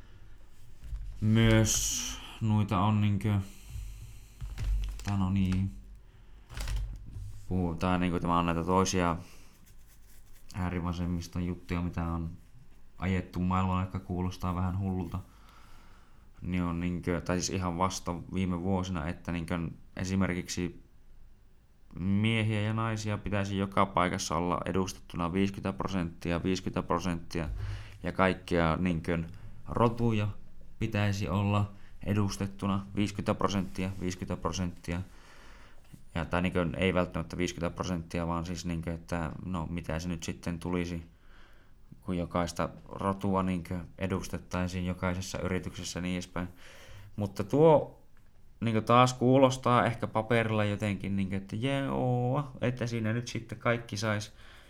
myös noita on niin kuin, tai no niin, puhutaan niin kuin tämä on näitä toisia äärivasemmiston juttuja, mitä on ajettu maailmalla, jotka kuulostaa vähän hullulta, niin on niin kuin, tai siis ihan vasta viime vuosina, että niin kuin esimerkiksi miehiä ja naisia pitäisi joka paikassa olla edustettuna viisikymmentä prosenttia, viisikymmentä prosenttia ja kaikkia niin kuin rotuja pitäisi olla edustettuna viisikymmentä prosenttia, viisikymmentä prosenttia. Ja, tai niin kuin, ei välttämättä viisikymmentä prosenttia, vaan siis niin kuin, että no mitä se nyt sitten tulisi, kun jokaista rotua niin kuin edustettaisiin jokaisessa yrityksessä niin edespäin. Mutta tuo niin kuin taas kuulostaa ehkä paperilla jotenkin, niin kuin, että joo, että siinä nyt sitten kaikki saisi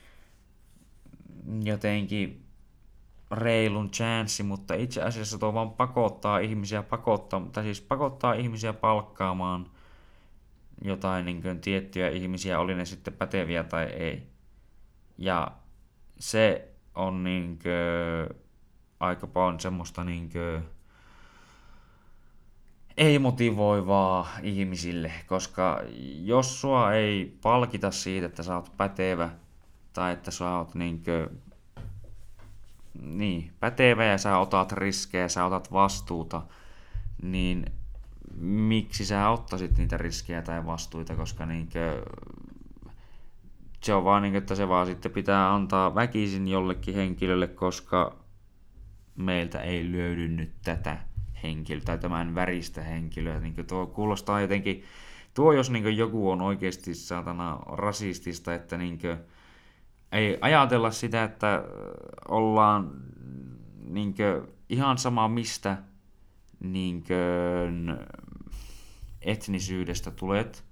jotenkin reilun chanssi, mutta itse asiassa tuo vaan pakottaa ihmisiä, pakottaa, tai siis pakottaa ihmisiä palkkaamaan jotain niin kuin tiettyjä ihmisiä, oli ne sitten päteviä tai ei. Ja se on niin kuin aika paljon semmoista niin kuin ei motivoivaa ihmisille, koska jos sua ei palkita siitä, että sä oot pätevä tai että sä oot niin kuin, niin, pätevä ja sä otat riskejä, sä otat vastuuta, niin miksi sä ottaisit niitä riskejä tai vastuita, koska niinkö, se on vaan niin, että se vaan sitten pitää antaa väkisin jollekin henkilölle, koska meiltä ei löydy nyt tätä henkilöä tai tämän väristä henkilöä. Niin tuo kuulostaa jotenkin, tuo jos niin joku on oikeasti saatana rasistista, että niin ei ajatella sitä, että ollaan niin ihan sama mistä niin etnisyydestä tulet,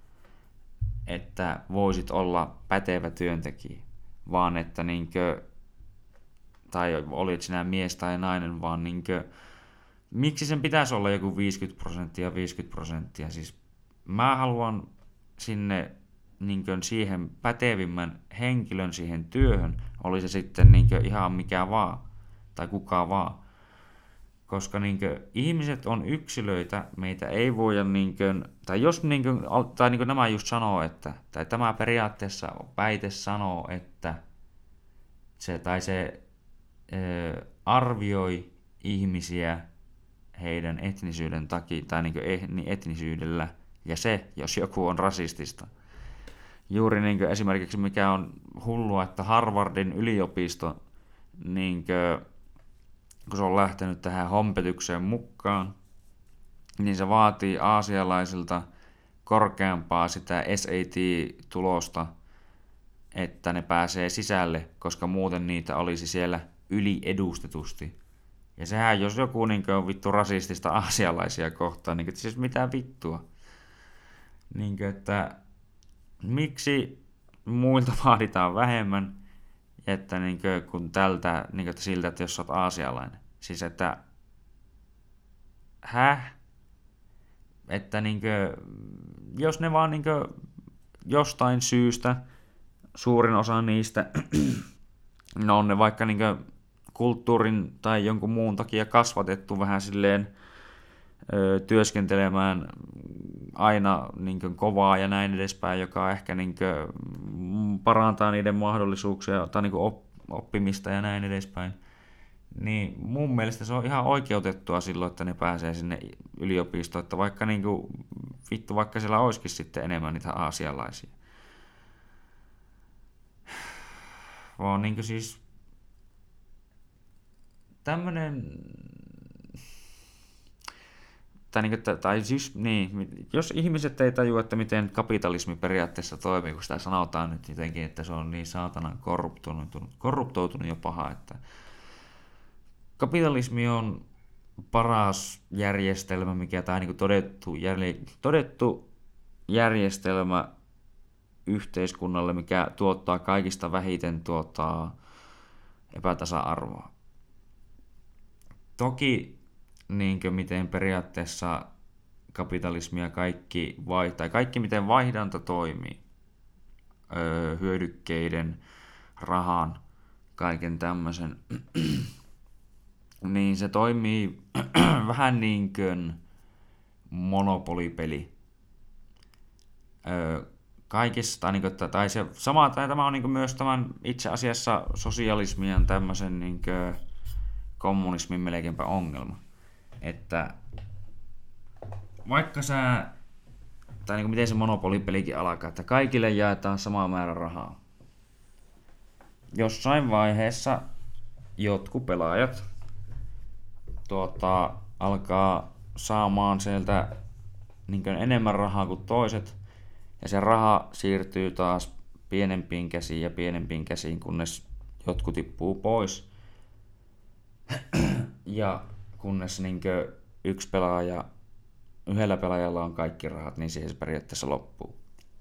että voisit olla pätevä työntekijä, vaan että niinkö, tai olit sinä mies tai nainen, vaan niinkö, miksi sen pitäisi olla joku viisikymmentä prosenttia, viisikymmentä prosenttia, siis mä haluan sinne niinkö siihen pätevimmän henkilön siihen työhön, oli se sitten niinkö ihan mikä vaan, tai kuka vaan. Koska niinkö, ihmiset on yksilöitä, meitä ei voida, niinkö, tai jos niinkö, tai niinkö nämä just sanoo, että, tai tämä periaatteessa väite sanoo, että se, tai se ö, arvioi ihmisiä heidän etnisyyden takia, tai niinkö etnisyydellä, ja se, jos joku on rasistista. Juuri niinkö esimerkiksi mikä on hullua, että Harvardin yliopisto, niinkö, kun se on lähtenyt tähän hompetykseen mukaan, niin se vaatii aasialaisilta korkeampaa sitä S A T-tulosta, että ne pääsee sisälle, koska muuten niitä olisi siellä yliedustetusti. Ja sehän, jos joku niin on vittu rasistista aasialaisia kohtaan, niin siis mitä vittua. Niin kuin, että miksi muilta vaaditaan vähemmän, että niin kuin, kun tältä, niin kuin, että siltä, että jos sä oot aasialainen. Siis että, häh? Että niin kuin, jos ne vaan niin kuin, jostain syystä suurin osa niistä no on ne vaikka niin kulttuurin tai jonkun muun takia kasvatettu vähän silleen ö, työskentelemään aina niin kovaa ja näin edespäin, joka ehkä niin parantaa niiden mahdollisuuksia tai niin oppimista ja näin edespäin. Niin mun mielestä se on ihan oikeutettua silloin, että ne pääsee sinne yliopistoon, että vaikka niin kuin, vittu, vaikka siellä olisikin sitten enemmän niitä aasialaisia. Vaan niin kuin siis tämmönen, tai, niin kuin, tai siis niin, jos ihmiset ei tajua, että miten kapitalismi periaatteessa toimii, kun sitä sanotaan nyt jotenkin, että se on niin saatanan korruptoitunut, korruptoitunut jo paha, että kapitalismi on paras järjestelmä, mikä tai niin kuin todettu, todettu järjestelmä yhteiskunnalle, mikä tuottaa kaikista vähiten tuota epätasa-arvoa. Toki niin kuin miten periaatteessa kapitalismia kaikki vai, tai kaikki miten vaihdanta toimii, öö, hyödykkeiden, rahan, kaiken tämmöisen, niin se toimii vähän niin kuin monopolipeli. Öö, kaikista, niin kuin, tai se sama, tai tämä on niin kuin myös tämän itse asiassa sosialismian tämmöisen niin kuin kommunismin melkeinpä ongelma. Että vaikka sä, tai niin kuin miten se monopolipelikin alkaa, että kaikille jaetaan sama määrä rahaa. Jossain vaiheessa jotkut pelaajat tuota, alkaa saamaan sieltä niin kuin enemmän rahaa kuin toiset, ja se raha siirtyy taas pienempiin käsiin ja pienempiin käsiin, kunnes jotkut tippuu pois. Ja kunnes niin kuin yksi pelaaja, yhdellä pelaajalla on kaikki rahat, niin siihen se periaatteessa loppuu.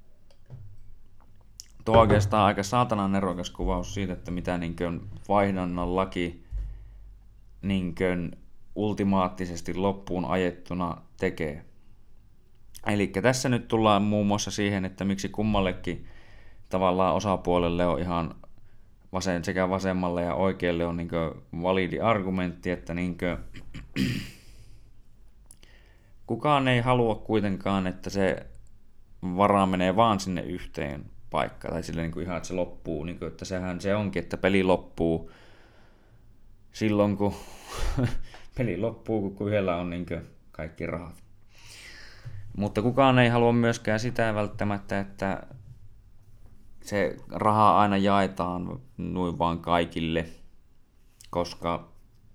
Tuo on oikeastaan aika saatanan nerokas kuvaus siitä, että mitä niin kuin vaihdannan laki niin kuin ultimaattisesti loppuun ajettuna tekee. Eli tässä nyt tullaan muun muassa siihen, että miksi kummallekin tavallaan osapuolelle on ihan vasen, sekä vasemmalle ja oikealle on niin kuin validi argumentti, että niin kuin kukaan ei halua kuitenkaan, että se vara menee vaan sinne yhteen paikkaan, tai sille niin kuin ihan, että se loppuu, niin kuin, että sehän se onkin, että peli loppuu silloin, kun peli loppuu, kun yhdellä on niin kuin kaikki rahat. Mutta kukaan ei halua myöskään sitä välttämättä, että se raha aina jaetaan noin vaan kaikille, koska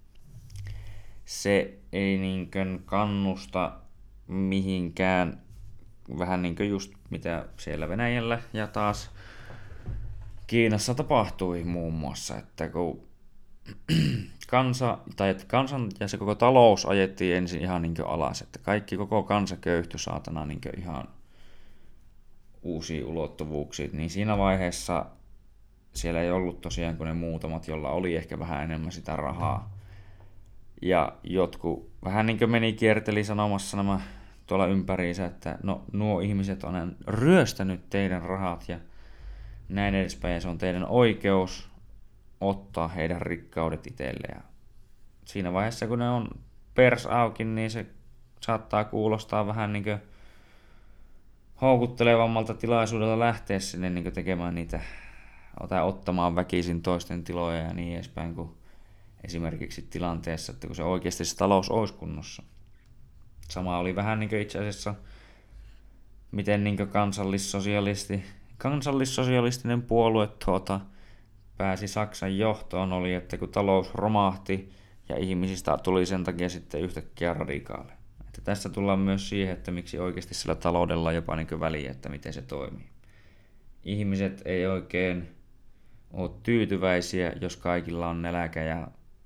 se ei niinkön kannusta mihinkään, vähän niin kuin just mitä siellä Venäjällä ja taas Kiinassa tapahtui muun muassa, että kun kansa, tai että kansan ja se koko talous ajettiin ensin ihan niin kuin alas, että kaikki koko kansa köyhtyi saatana niin kuin ihan uusia ulottuvuuksia, niin siinä vaiheessa siellä ei ollut tosiaan kuin ne muutamat, jolla oli ehkä vähän enemmän sitä rahaa. Ja jotkut vähän niin kuin meni kierteli sanomassa nämä tuolla ympäriinsä, että no nuo ihmiset on ryöstänyt teidän rahat ja näin edespäin, ja se on teidän oikeus ottaa heidän rikkaudet itselle. Ja siinä vaiheessa, kun ne on pers auki, niin se saattaa kuulostaa vähän niin kuin houkuttelevammalta tilaisuudelta lähteä sinne niin kuin tekemään niitä, tai ottamaan väkisin toisten tiloja ja niin edespäin, kuin esimerkiksi tilanteessa, että kun se oikeasti se talous olisi kunnossa. Sama oli vähän niin kuin itse asiassa, miten niin kuin kansallissosialisti, kansallissosialistinen puolue tuota, pääsi Saksan johtoon, oli, että kun talous romahti ja ihmisistä tuli sen takia sitten yhtäkkiä radikaaleja. Että tässä tullaan myös siihen, että miksi oikeasti sillä taloudella on jopa niin kuin väliä, että miten se toimii. Ihmiset ei oikein ole tyytyväisiä, jos kaikilla on nälkä ja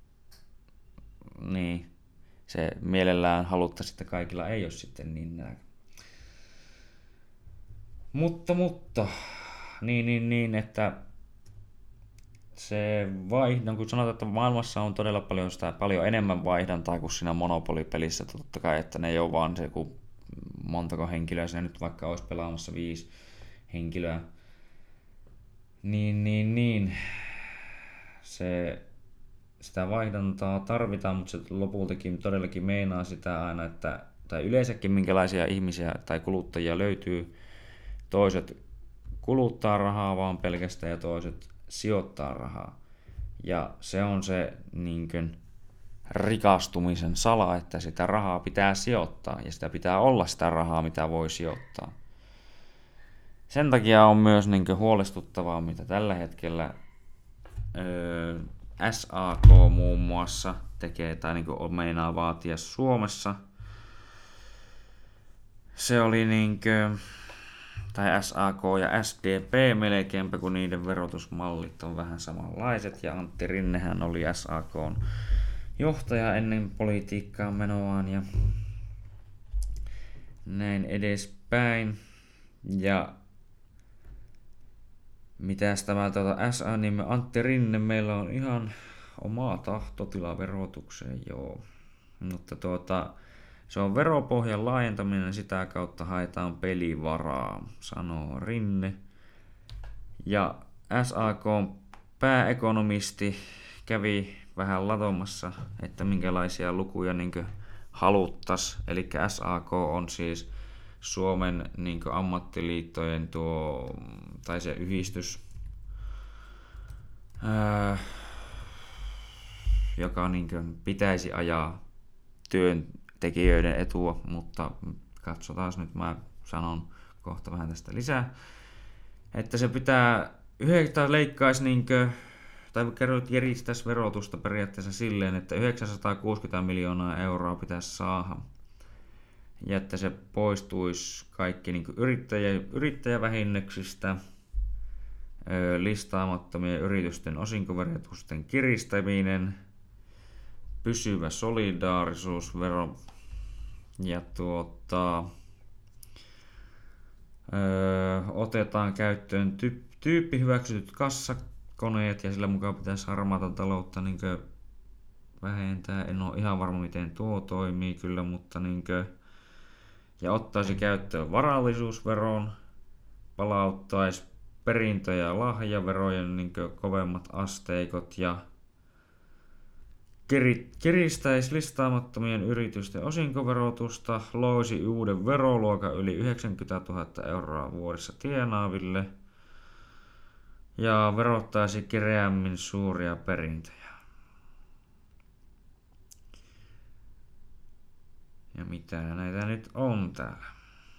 niin, se mielellään haluttaisiin, että kaikilla ei ole sitten niin nälkä. Mutta, mutta, niin, niin, niin, että se vaihdan, kun sanotaan, että maailmassa on todella paljon, sitä, paljon enemmän vaihdantaa kuin siinä monopolipelissä, totta kai, että ne ei ole vaan se, kun montako henkilöä se nyt vaikka olisi pelaamassa viisi henkilöä. Niin, niin, niin. Se, sitä vaihdantaa tarvitaan, mutta se lopultakin todellakin meinaa sitä aina, että, tai yleensäkin minkälaisia ihmisiä tai kuluttajia löytyy. Toiset kuluttaa rahaa vaan pelkästään ja toiset sijoittaa rahaa. Ja se on se niin kuin, rikastumisen sala, että sitä rahaa pitää sijoittaa ja sitä pitää olla sitä rahaa, mitä voi sijoittaa. Sen takia on myös niin kuin, huolestuttavaa, mitä tällä hetkellä öö, S A K muun muassa tekee tai niin kuin, meinaa vaatia Suomessa. Se oli niin kuin, tai S A K ja S D P melkeinpä, kun niiden verotusmallit on vähän samanlaiset, ja Antti Rinnehän oli S A K:n johtaja ennen politiikkaan menoaan ja näin edespäin. Ja mitäs tämä tuota S A, niin Antti Rinne, meillä on ihan oma tahtotila verotukseen, joo. Mutta tuota, se on veropohjan laajentaminen, sitä kautta haetaan pelivaraa, sanoo Rinne. Ja S A K:n pääekonomisti kävi vähän latomassa, että minkälaisia lukuja niin haluttas. Eli S A K on siis Suomen niin ammattiliittojen tuo, tai se yhdistys, ää, joka niin pitäisi ajaa työntekijöiden etua, mutta katsotaan nyt, mä sanon kohta vähän tästä lisää, että se pitää yhdeksän leikkaisi niin kuin, tai kerroit järjestäisi verotusta periaatteessa silleen, että yhdeksänsataakuusikymmentä miljoonaa euroa pitäisi saada. Ja että se poistuisi kaikki niin kuin yrittäjä, yrittäjävähennyksistä, listaamattomien yritysten osinkoverotusten kiristäminen, pysyvä solidaarisuusvero ja tuota, ö, otetaan käyttöön ty- tyyppihyväksytyt kassakoneet ja sillä mukaan pitäisi harmaata taloutta niin kuin vähentää. En ole ihan varma miten tuo toimii kyllä, mutta niin kuin, ja ottaisi käyttöön varallisuusveron, palauttaisi perintö- ja lahjaverojen niin kuin kovemmat asteikot ja kiristäisi listaamattomien yritysten osinkoverotusta, loisi uuden veroluokan yli yhdeksänkymmentätuhatta euroa vuodessa tienaaville ja verottaisi kireämmin suuria perintöjä. Ja mitä näitä nyt on täällä?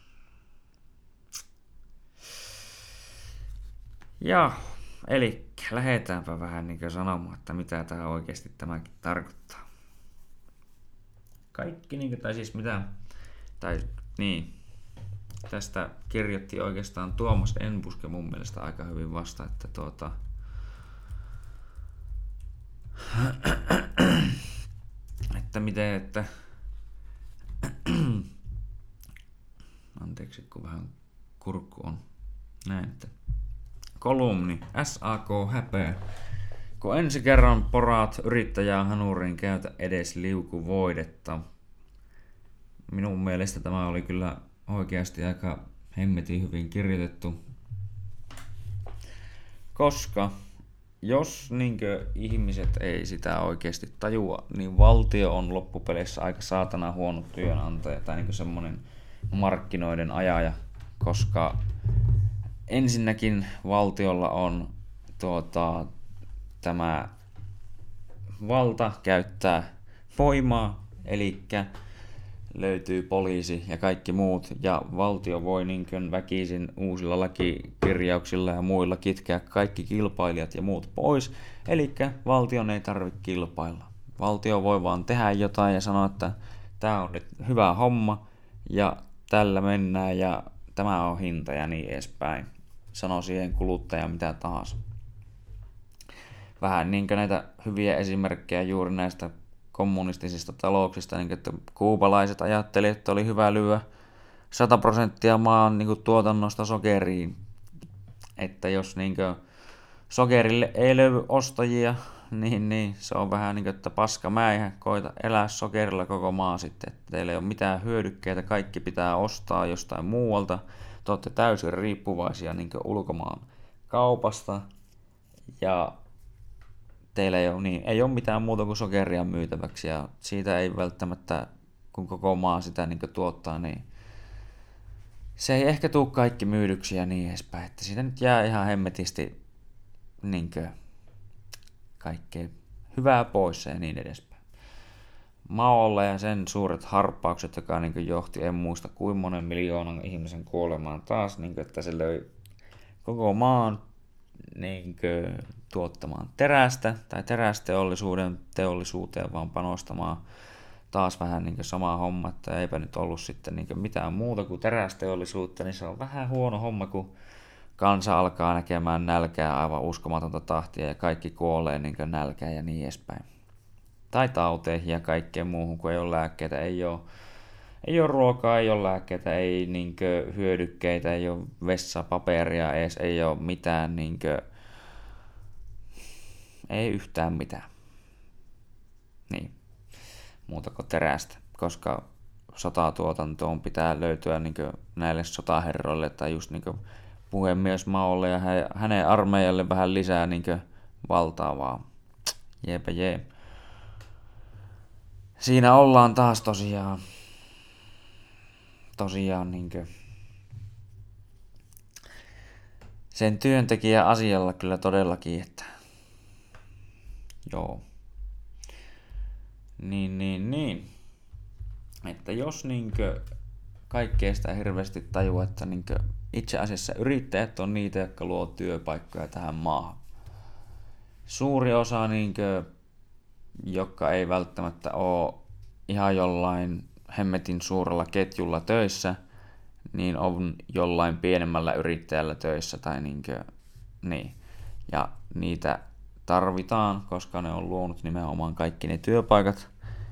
Ja, eli lähdetäänpä vähän niin kuin sanomaan, että mitä tämä oikeasti tämäkin tarkoittaa. Kaikki, niin kuin, tai siis mitä, tai niin, tästä kirjoitti oikeastaan Tuomas Enbuske mun mielestä aika hyvin vasta, että tuota, että miten, että anteeksi, kun vähän kurkku on näin, että kolumni S A K häpeä. Kun ensi kerran poraat yrittäjää hanuriin, käytä edes liukuvoidetta. Minun mielestä tämä oli kyllä oikeasti aika hemmetin hyvin kirjoitettu. Koska jos niinkö ihmiset ei sitä oikeasti tajua, niin valtio on loppupeleissä aika saatana huono työnantaja tai niinkö semmonen markkinoiden ajaja, koska ensinnäkin valtiolla on tuota, tämä valta käyttää voimaa, eli löytyy poliisi ja kaikki muut, ja valtio voi niinkön väkisin uusilla lakikirjauksilla ja muilla kitkeä kaikki kilpailijat ja muut pois, eli valtion ei tarvitse kilpailla. Valtio voi vaan tehdä jotain ja sanoa, että tämä on nyt hyvä homma, ja tällä mennään, ja tämä on hinta ja niin edespäin. Sano siihen kuluttaja mitä tahansa. Vähän niin kuin näitä hyviä esimerkkejä juuri näistä kommunistisista talouksista, niin että kuubalaiset ajattelivat, että oli hyvä lyödä sata prosenttia maan niin kuin tuotannosta sokeriin. Että jos niin kuin sokerille ei löydy ostajia, niin, niin se on vähän niin kuin, että paska mäihä, koita elää sokerilla koko maa sitten. Että teillä ei ole mitään hyödykkeitä, kaikki pitää ostaa jostain muualta. te olette täysin riippuvaisia niin ulkomaan kaupasta ja teillä ei ole, niin, ei ole mitään muuta kuin sokeria myytäväksi ja siitä ei välttämättä, kun koko maa sitä niin tuottaa, niin se ei ehkä tule kaikki myydyksi ja niin edespäin, että siitä nyt jää ihan hemmetisti niin kaikkea hyvää pois ja niin edespäin. Maolla ja sen suuret harppaukset, joka niin johti, en muista kuin monen miljoonan ihmisen kuolemaan taas, niin kuin, että se löi koko maan niin kuin, tuottamaan terästä tai terästeollisuuden teollisuuteen vaan panostamaan taas vähän niin kuin sama homma, että eipä nyt ollut sitten niin kuin mitään muuta kuin terästeollisuutta, niin se on vähän huono homma, kun kansa alkaa näkemään nälkää aivan uskomatonta tahtia ja kaikki kuolee niin kuin nälkään ja niin edespäin. Tai tauteihin ja kaikkeen muuhun, kun ei ole lääkkeitä, ei ole, ei ole ruokaa, ei ole lääkkeitä, ei niin kuin hyödykkeitä, ei ole vessapaperia edes, ei ole mitään, niin kuin, ei yhtään mitään. Niin, muuta kuin terästä, koska sotatuotantoon pitää löytyä niin kuin näille sotaherroille tai just niin kuin puhemies Maolle ja hänen armeijalle vähän lisää niin kuin valtaa vaan. Jeepä jee. Siinä ollaan taas tosiaan, tosiaan niin kuin sen työntekijän asialla kyllä todellakin, että joo. Niin, niin, niin. Että jos niinkö kaikkea sitä hirveästi tajua, että niinkö itse asiassa yrittäjät on niitä, jotka luo työpaikkoja tähän maahan. Suuri osa niinkö, jotka ei välttämättä ole ihan jollain hemmetin suurella ketjulla töissä, niin on jollain pienemmällä yrittäjällä töissä tai niinkö, niin. Ja niitä tarvitaan, koska ne on luonut nimenomaan kaikki ne työpaikat.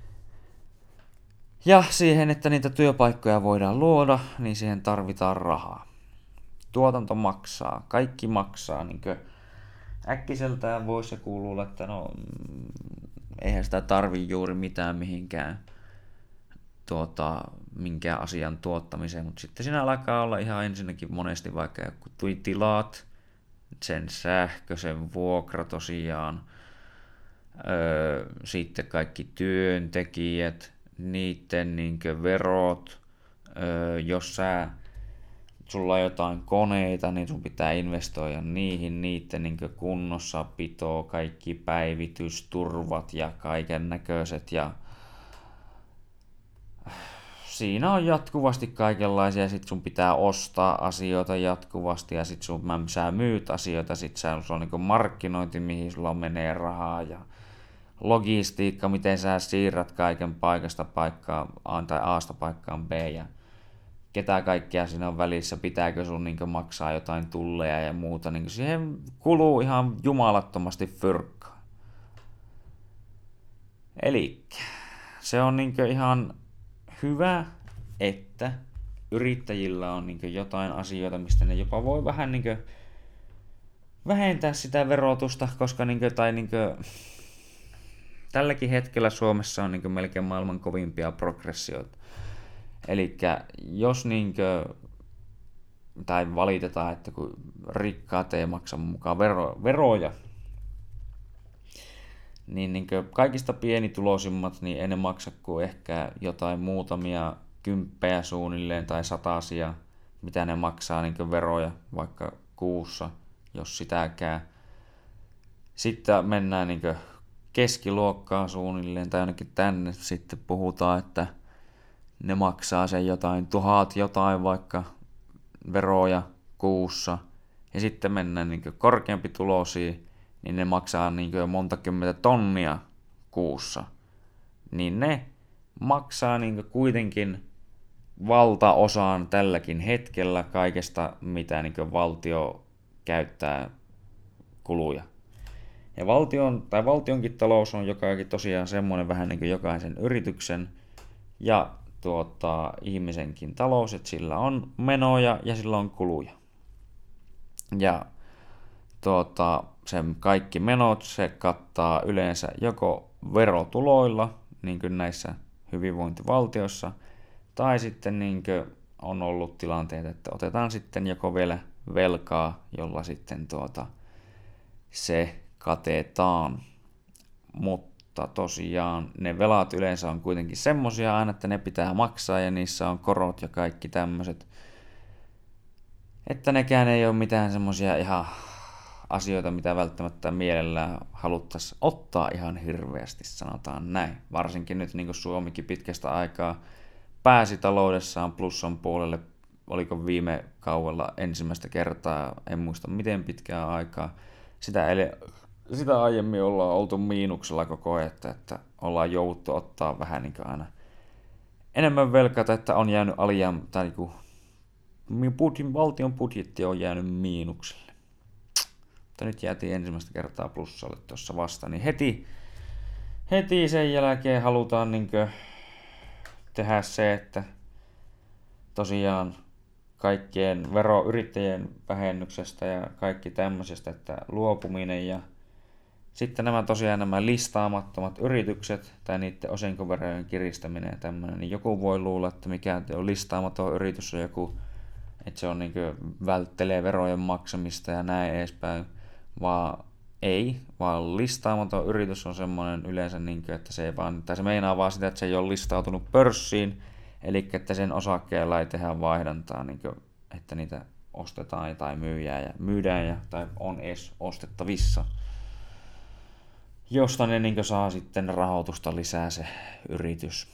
Ja siihen, että niitä työpaikkoja voidaan luoda, niin siihen tarvitaan rahaa. Tuotanto maksaa, kaikki maksaa. Niin äkkiseltään voisi kuulua, että no, eihän sitä tarvi juuri mitään mihinkään tuota, minkään asian tuottamiseen, mutta sitten siinä alkaa olla ihan ensinnäkin monesti vaikka joku tilat, sen sähkö, sen vuokra tosiaan, öö, sitten kaikki työntekijät, niiden niinkö verot, öö, jos sä, sulla on jotain koneita, niin sun pitää investoida niihin, niiden niinkö kunnossapitoa, kaikki päivitysturvat ja kaiken näköiset ja siinä on jatkuvasti kaikenlaisia, sit sun pitää ostaa asioita jatkuvasti ja sit sun, sä myyt asioita, sit sä, se on niinku markkinointi, mihin sulla menee rahaa ja logistiikka, miten sä siirrät kaiken paikasta paikkaan A tai A:sta paikkaan B ja ketä kaikkea siinä on välissä, pitääkö sun niinku maksaa jotain tulleja ja muuta, niinku siihen kuluu ihan jumalattomasti fyrkkaa. Elikkä se on niinku ihan hyvä, että yrittäjillä on niin jotain asioita, mistä ne jopa voi vähän niin vähentää sitä verotusta, koska niin kuin, tai niin kuin, tälläkin hetkellä Suomessa on niin melkein maailman kovimpia progressioita. Eli jos niin kuin, tai valitetaan, että kun rikkaat ei maksa mukaan vero, veroja, niin, niin kaikista pienituloisimmat niin ei ne maksa kuin ehkä jotain muutamia kymppejä suunnilleen tai satasia, mitä ne maksaa niin veroja vaikka kuussa, jos sitäkään. Sitten mennään niin keskiluokkaan suunnilleen tai ainakin tänne sitten puhutaan, että ne maksaa sen jotain tuhat jotain vaikka veroja kuussa. Ja sitten mennään niin korkeampi tulosiin, niin ne maksaa niin kuin monta kymmentä tonnia kuussa, niin ne maksaa niin kuin kuitenkin valtaosaan tälläkin hetkellä kaikesta, mitä niin kuin valtio käyttää kuluja. Ja valtion, tai valtionkin talous on jokakin tosiaan semmoinen vähän niin kuin jokaisen yrityksen ja tuota, ihmisenkin talous, että sillä on menoja ja sillä on kuluja. Ja tuota, sen kaikki menot se kattaa yleensä joko verotuloilla, niin kuin näissä hyvinvointivaltioissa, tai sitten niin kuin on ollut tilanteet, että otetaan sitten joko vielä velkaa, jolla sitten tuota se katetaan. Mutta tosiaan ne velat yleensä on kuitenkin semmosia aina, että ne pitää maksaa ja niissä on korot ja kaikki tämmöiset. Että nekään ei ole mitään semmosia ihan asioita, mitä välttämättä mielellään haluttaisiin ottaa ihan hirveästi, sanotaan näin. Varsinkin nyt niin kuin Suomikin pitkästä aikaa pääsi taloudessaan plussan puolelle, oliko viime kaudella ensimmäistä kertaa, en muista miten pitkään aikaa. Sitä, eli, sitä aiemmin ollaan oltu miinuksella koko ajan, että, että ollaan jouduttu ottaa vähän niin kuin aina enemmän velkaa, että on jäänyt alijäämä, tai niin kuin valtion budjetti on jäänyt miinukselle. Mutta nyt jäätiin ensimmäistä kertaa plussalle tuossa vasta, niin heti, heti sen jälkeen halutaan niin kuin tehdä se, että tosiaan kaikkien veroyrittäjien vähennyksestä ja kaikki tämmöisestä, että luopuminen ja sitten nämä tosiaan nämä listaamattomat yritykset tai niiden osinkoverojen kiristäminen ja tämmöinen, niin joku voi luulla, että mikä on listaamaton yritys on joku, että se on niin kuin välttelee verojen maksamista ja näin edespäin, vaan ei, vaan listaamaton yritys on semmoinen yleensä, niin kuin, että se ei vaan, tai se meinaa vaan sitä, että se ei ole listautunut pörssiin, eli että sen osakkeella ei tehdä vaihdantaa, niin kuin, että niitä ostetaan tai myydään ja, myydään ja, tai on edes ostettavissa, josta ne niin kuin saa sitten rahoitusta lisää se yritys.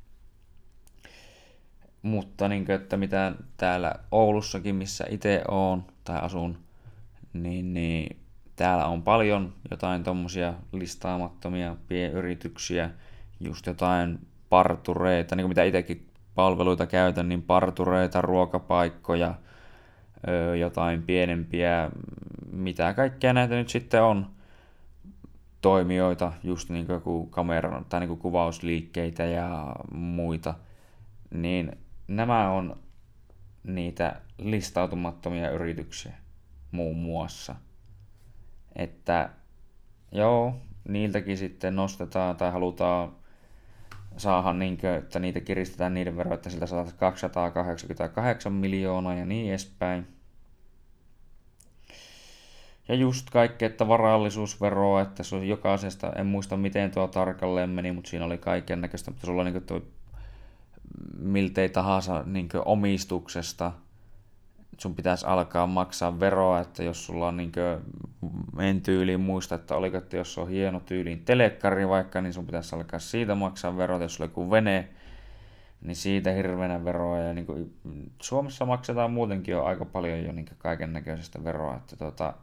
Mutta niin kuin, että mitä täällä Oulussakin, missä itse oon tai asun, niin, niin täällä on paljon jotain tommosia listaamattomia pienyrityksiä, just jotain partureita, niin kuin mitä itsekin palveluita käytän, niin partureita, ruokapaikkoja, jotain pienempiä, mitä kaikkea näitä nyt sitten on, toimijoita, just niin kuin kameran tai niin kuin kuvausliikkeitä ja muita, niin nämä on niitä listautumattomia yrityksiä muun muassa. Että joo, niiltäkin sitten nostetaan tai halutaan saada, niin kuin, että niitä kiristetään niiden verran, että siltä saataisiin kaksisataakahdeksankymmentäkahdeksan miljoonaa ja niin edespäin. Ja just kaikki, että varallisuusveroa, että se on jokaisesta, en muista miten tuo tarkalleen meni, mutta siinä oli kaiken näköistä, mutta sulla on niin tuo miltei tahansa niin omistuksesta, sun pitäisi alkaa maksaa veroa, että jos sulla on niin en tyyliin muista, että oliko, että jos on hieno tyyliin telekkari vaikka, niin sun pitäisi alkaa siitä maksaa veroa, jos sulla on joku vene, niin siitä hirveänä veroa. Ja niin kuin Suomessa maksetaan muutenkin jo aika paljon jo niin kaiken näköisestä veroa, että tota,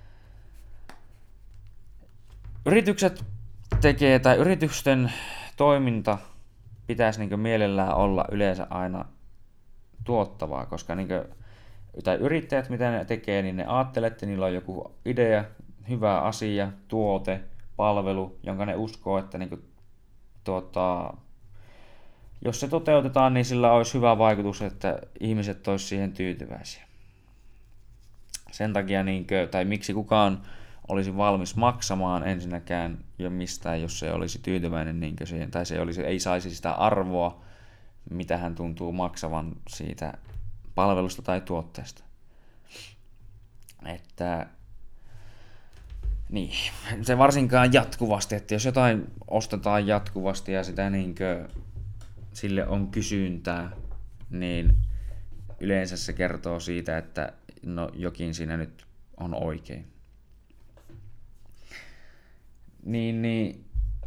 yritykset tekee, tai yritysten toiminta pitäisi niin mielellään olla yleensä aina tuottavaa, koska niin kuin, tai yrittäjät, mitä ne tekee, niin ne ajattelee, että niillä on joku idea, hyvä asia, tuote, palvelu, jonka ne uskoo, että niin kuin, tuota, jos se toteutetaan, niin sillä olisi hyvä vaikutus, että ihmiset olisivat siihen tyytyväisiä. Sen takia, niin kuin, tai miksi kukaan olisi valmis maksamaan ensinnäkään jo mistään, jos se olisi tyytyväinen niin siihen, tai se olisi, ei saisi sitä arvoa, mitä hän tuntuu maksavan siitä palvelusta tai tuotteesta. Että niin, se varsinkaan jatkuvasti, että jos jotain ostetaan jatkuvasti ja sitä niinkö sille on kysyntää, niin yleensä se kertoo siitä, että no jokin siinä nyt on oikein. Niin, niin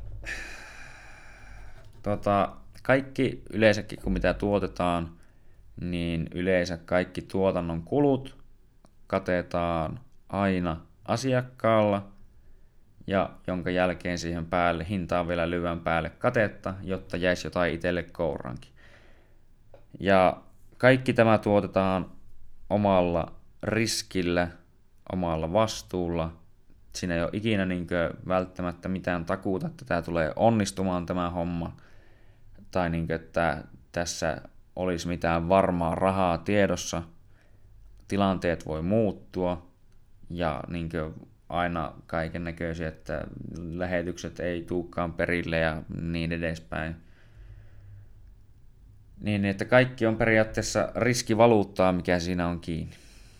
tota, kaikki yleensäkin, kun mitä tuotetaan, niin yleensä kaikki tuotannon kulut katetaan aina asiakkaalla, ja jonka jälkeen siihen päälle hintaan vielä lyvän päälle katetta, jotta jäisi jotain itselle kouraankin. Ja kaikki tämä tuotetaan omalla riskillä, omalla vastuulla. Siinä ei ole ikinä niin välttämättä mitään takuuta, että tämä tulee onnistumaan tämä homma, tai niin kuin, että tässä olisi mitään varmaa rahaa tiedossa. Tilanteet voi muuttua ja niin kuin aina kaiken näköisiä, että lähetykset ei tulekaan perille ja niin edespäin. Niin, että kaikki on periaatteessa riskivaluuttaa, mikä siinä on kiinni.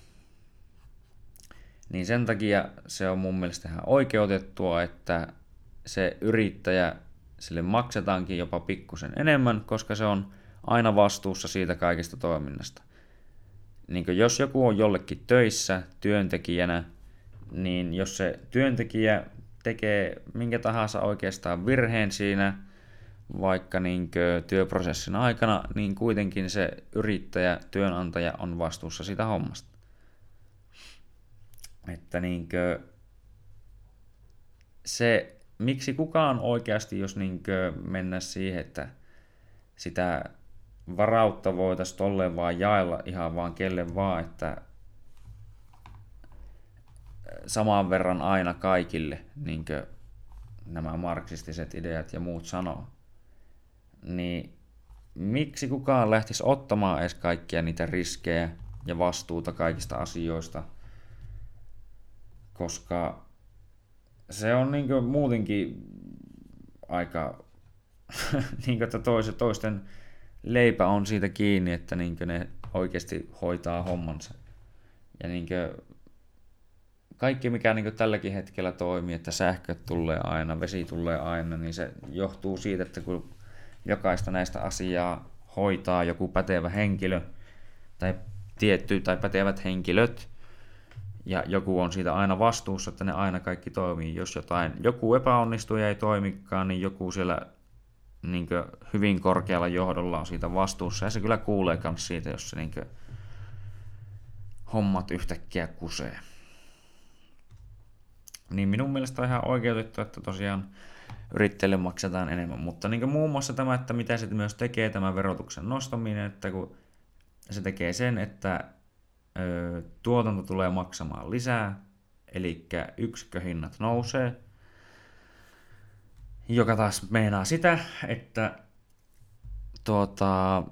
Niin sen takia se on mun mielestä ihan oikeutettua, että se yrittäjä, sille maksetaankin jopa pikkusen enemmän, koska se on aina vastuussa siitä kaikesta toiminnasta. Niin jos joku on jollekin töissä työntekijänä, niin jos se työntekijä tekee minkä tahansa oikeastaan virheen siinä, vaikka niin työprosessin aikana, niin kuitenkin se yrittäjä, työnantaja on vastuussa siitä hommasta. Että niin se, miksi kukaan oikeasti, jos niin mennä siihen, että sitä varautta voitaisiin tolleen vaan jaella ihan vaan kelle vaan, että saman verran aina kaikille, niin kuin nämä marksistiset ideat ja muut sanoo, niin miksi kukaan lähtisi ottamaan edes kaikkia niitä riskejä ja vastuuta kaikista asioista, koska se on niin kuin muutenkin aika, niin kuin, että toiset, toisten leipä on siitä kiinni, että niin kuin ne oikeasti hoitaa hommansa. Ja niin kuin kaikki, mikä niin kuin tälläkin hetkellä toimii, että sähköt tulee aina, vesi tulee aina, niin se johtuu siitä, että kun jokaista näistä asiaa hoitaa joku pätevä henkilö tai tietty tai pätevät henkilöt, ja joku on siitä aina vastuussa, että ne aina kaikki toimii. Jos jotain, joku epäonnistuu ja ei toimikaan, niin joku siellä niin kuin hyvin korkealla johdolla on siitä vastuussa, ja se kyllä kuulee myös siitä, jos se niin kuin hommat yhtäkkiä kusee. Niin minun mielestä on ihan oikeutettu, että tosiaan yrittäjille maksetaan enemmän, mutta niin kuin muun muassa tämä, että mitä se myös tekee, tämä verotuksen nostaminen, että kun se tekee sen, että ö, tuotanto tulee maksamaan lisää, eli yksikköhinnat nousee, joka taas meinaa sitä, että tuota,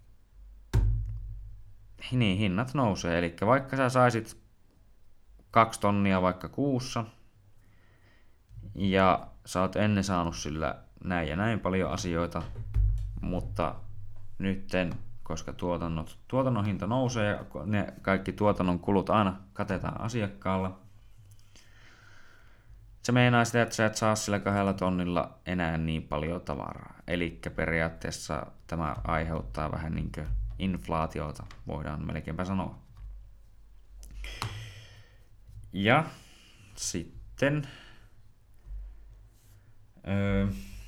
niin, hinnat nousee, eli vaikka sä saisit kaksi tonnia vaikka kuussa, ja sä oot ennen saanut sillä näin ja näin paljon asioita, mutta nytten, koska tuotannot, tuotannon hinta nousee ja ne kaikki tuotannon kulut aina katetaan asiakkaalla, se meinaa sitä, että sä et saa sillä kahdella tonnilla enää niin paljon tavaraa. Eli periaatteessa tämä aiheuttaa vähän niin kuin inflaatiota, voidaan melkeinpä sanoa. Ja sitten Öö,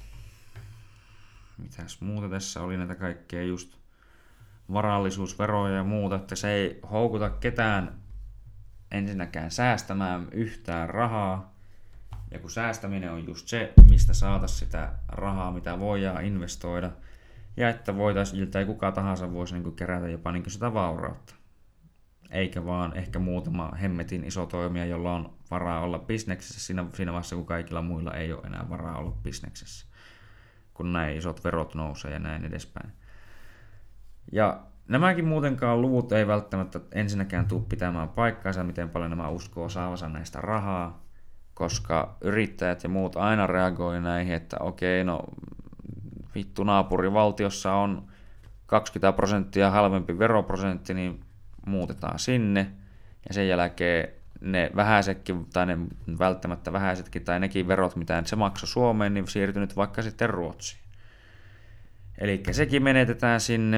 mitäs muuta tässä oli, näitä kaikkea just varallisuusveroja ja muuta, että se ei houkuta ketään ensinnäkään säästämään yhtään rahaa, ja kun säästäminen on just se, mistä saataisiin sitä rahaa, mitä voidaan investoida, ja että voitaisiin, tai kuka tahansa voisi niin kuin kerätä jopa niin kuin sitä vaurautta. Eikä vaan ehkä muutama hemmetin iso toimija, jolla on varaa olla bisneksessä siinä, siinä vaiheessa, kun kaikilla muilla ei ole enää varaa olla bisneksessä, kun näin isot verot nousee ja näin edespäin. Ja nämäkin muutenkaan luvut ei välttämättä ensinnäkään tule pitämään paikkaansa, miten paljon nämä uskoo saavansa näistä rahaa, koska yrittäjät ja muut aina reagoi näihin, että okei, no vittu naapurivaltiossa on kaksikymmentä prosenttia halvempi veroprosentti, niin muutetaan sinne, ja sen jälkeen ne vähäisetkin, tai ne välttämättä vähäisetkin, tai nekin verot, mitä se maksoi Suomeen, niin siirtynyt vaikka sitten Ruotsiin. Eli sekin menetetään sinne,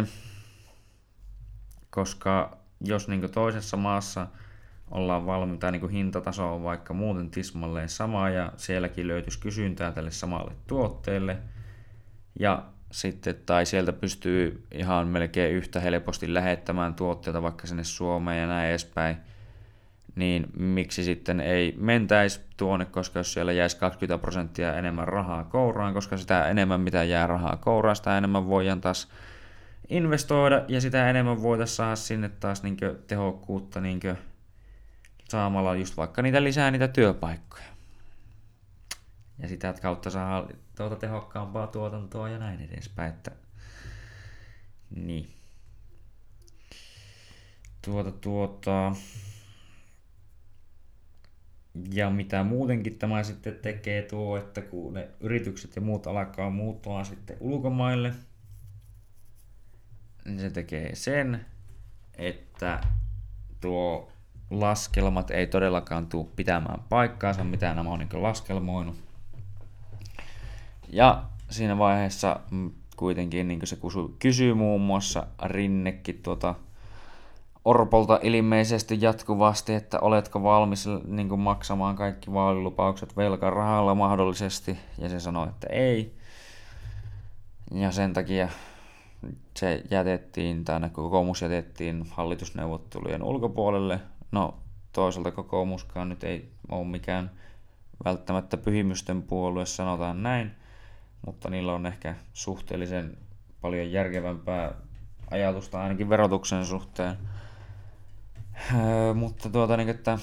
koska jos niin toisessa maassa ollaan valmiita, niin hintataso on vaikka muuten tismalleen sama, ja sielläkin löytyisi kysyntää tälle samalle tuotteelle, ja sitten, tai sieltä pystyy ihan melkein yhtä helposti lähettämään tuotteita vaikka sinne Suomeen ja näin edespäin, niin miksi sitten ei mentäisi tuonne, koska jos siellä jäisi kaksikymmentä prosenttia enemmän rahaa kouraan, koska sitä enemmän mitä jää rahaa kouraan, sitä enemmän voidaan taas investoida, ja sitä enemmän voitaisiin saada sinne taas niinkö tehokkuutta niinkö saamalla just vaikka niitä lisää niitä työpaikkoja. Ja sitä kautta saa tuota tehokkaampaa tuotantoa ja näin edespäin. Että niin. Tuota, tuota. Ja mitä muutenkin tämä sitten tekee tuo, että kun ne yritykset ja muut alkaa muuttua sitten ulkomaille, niin se tekee sen, että tuo laskelmat ei todellakaan tule pitämään paikkaansa, mitä nämä on niin laskelmoinut. Ja siinä vaiheessa kuitenkin niin se kysyy muun muassa Rinnekin tuota Orpolta ilmeisesti jatkuvasti, että oletko valmis niin kuin maksamaan kaikki vaalilupaukset velkarahalla mahdollisesti, ja se sanoi, että ei. Ja sen takia se jätettiin, tai kokoomus jätettiin hallitusneuvottelujen ulkopuolelle. No toisaalta kokoomuskaan nyt ei ole mikään välttämättä pyhimysten puolue, sanotaan näin, mutta niillä on ehkä suhteellisen paljon järkevämpää ajatusta ainakin verotuksen suhteen. Öö, mutta tuota niin, että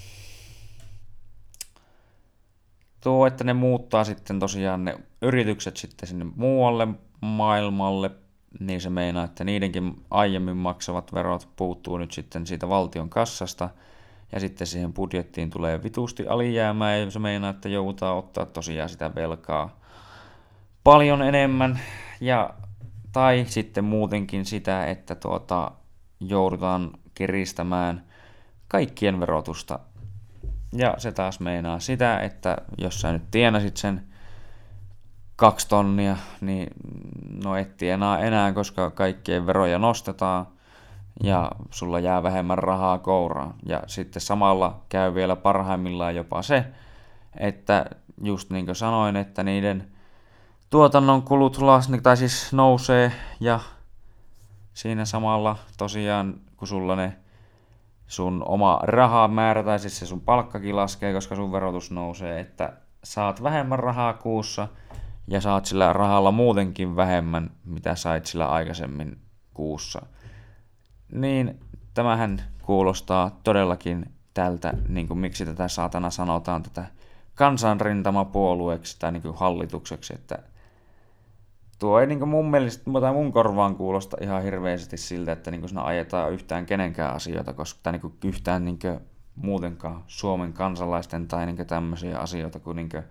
tuo, että ne muuttaa sitten tosiaan ne yritykset sitten sinne muualle maailmalle, niin se meinaa, että niidenkin aiemmin maksavat verot puuttuu nyt sitten siitä valtion kassasta, ja sitten siihen budjettiin tulee vitusti alijäämää, ja se meinaa, että joudutaan ottaa tosiaan sitä velkaa paljon enemmän, ja, tai sitten muutenkin sitä, että tuota, joudutaan kiristämään kaikkien verotusta. Ja se taas meinaa sitä, että jos sä nyt tienasit sen kaksi tonnia, niin no et tienaa enää, koska kaikkien veroja nostetaan ja sulla jää vähemmän rahaa kouraan. Ja sitten samalla käy vielä parhaimmillaan jopa se, että just niin kuin sanoin, että niiden tuotannon kulut tai siis nousee ja siinä samalla tosiaan, kun sulla ne sun oma rahamäärä tai siis se sun palkkakin laskee, koska sun verotus nousee, että saat vähemmän rahaa kuussa ja saat sillä rahalla muutenkin vähemmän, mitä sait sillä aikaisemmin kuussa. Niin tämähän kuulostaa todellakin tältä, niin kuin miksi tätä saatana sanotaan, tätä kansanrintamapuolueeksi tai niin kuin hallitukseksi, että tuo ei niin kuin mun mielestä, tai mun korvaan kuulosta ihan hirveästi siltä, että niin kuin siinä ajetaan yhtään kenenkään asioita, koska tai niin kuin yhtään niin kuin muutenkaan Suomen kansalaisten tai niin kuin tämmöisiä asioita, kun niin kuin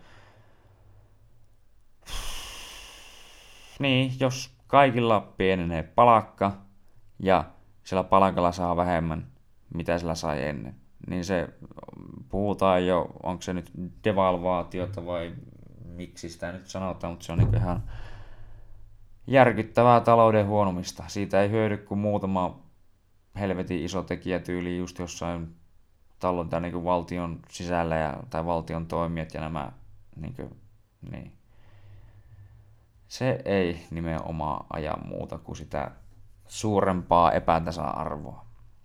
niin, jos kaikilla pienenee palkka ja sillä palkalla saa vähemmän, mitä sillä sai ennen, niin se puhutaan jo, onko se nyt devalvaatiota vai miksi sitä nyt sanotaan, mutta se on niin ihan järkyttävää talouden huonomista. Siitä ei hyödy kuin muutama helvetin iso tekijä tyyli just jossain talon tai niin valtion sisällä ja, tai valtion toimijat ja nämä niin kuin, niin. Se ei nimenomaan aja muuta kuin sitä suurempaa epätasa-arvoa.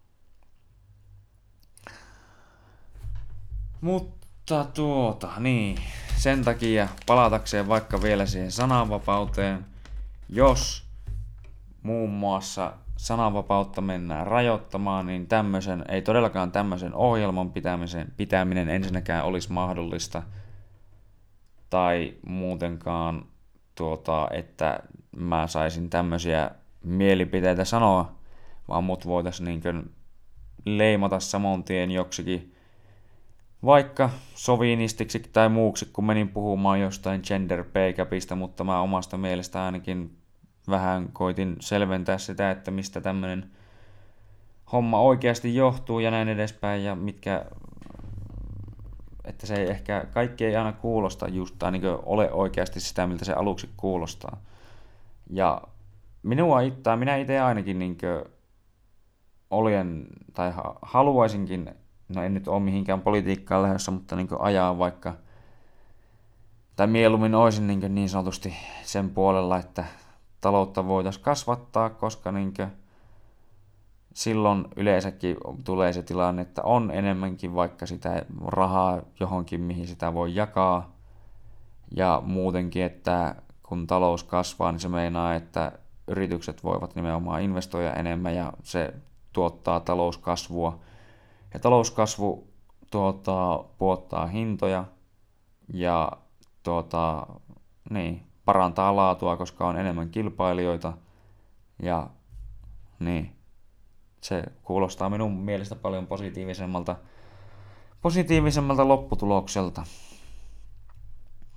Mutta tuota, niin, sen takia palatakseen vaikka vielä siihen sananvapauteen, jos muun muassa sananvapautta mennään rajoittamaan, niin tämmöisen, ei todellakaan tämmöisen ohjelman pitämisen, pitäminen ensinnäkään olisi mahdollista, tai muutenkaan tuota, että mä saisin tämmöisiä mielipiteitä sanoa, vaan mut voitaisiin niin kuin leimata saman tien joksikin vaikka sovinistiksi tai muuksi, kun menin puhumaan jostain gender pay gapista, mutta mä omasta mielestä ainakin vähän koitin selventää sitä, että mistä tämmöinen homma oikeasti johtuu ja näin edespäin, ja mitkä, että se ei ehkä, kaikki ei aina kuulosta just, tai niin kuin ole oikeasti sitä, miltä se aluksi kuulostaa. Ja minua itse, minä itse ainakin niin kuin olen, tai haluaisinkin, no en nyt ole mihinkään politiikkaan lähdössä, mutta niin kuin ajaa vaikka, tai mieluummin olisin niin, kuin niin sanotusti sen puolella, että taloutta voitaisiin kasvattaa, koska niin kuin silloin yleensäkin tulee se tilanne, että on enemmänkin vaikka sitä rahaa johonkin, mihin sitä voi jakaa. Ja muutenkin, että kun talous kasvaa, niin se meinaa, että yritykset voivat nimenomaan investoida enemmän ja se tuottaa talouskasvua. Ja talouskasvu tuota, puottaa hintoja ja tuota, niin, parantaa laatua, koska on enemmän kilpailijoita. Ja niin, se kuulostaa minun mielestä paljon positiivisemmalta, positiivisemmalta lopputulokselta.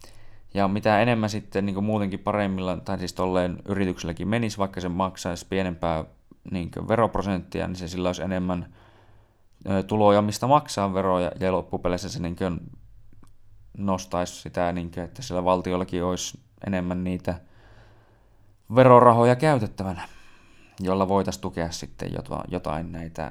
Ja mitä enemmän sitten niin muutenkin paremmilla, tai siis tolleen yritykselläkin menisi, vaikka se maksaisi pienempää niin veroprosenttia, niin se sillä olisi enemmän tuloja, mistä maksaa veroja, ja loppupeleissä se niin nostaisi sitä, niin kuin, että sillä valtiollakin olisi enemmän niitä verorahoja käytettävänä, jolla voitaisiin tukea sitten jotain näitä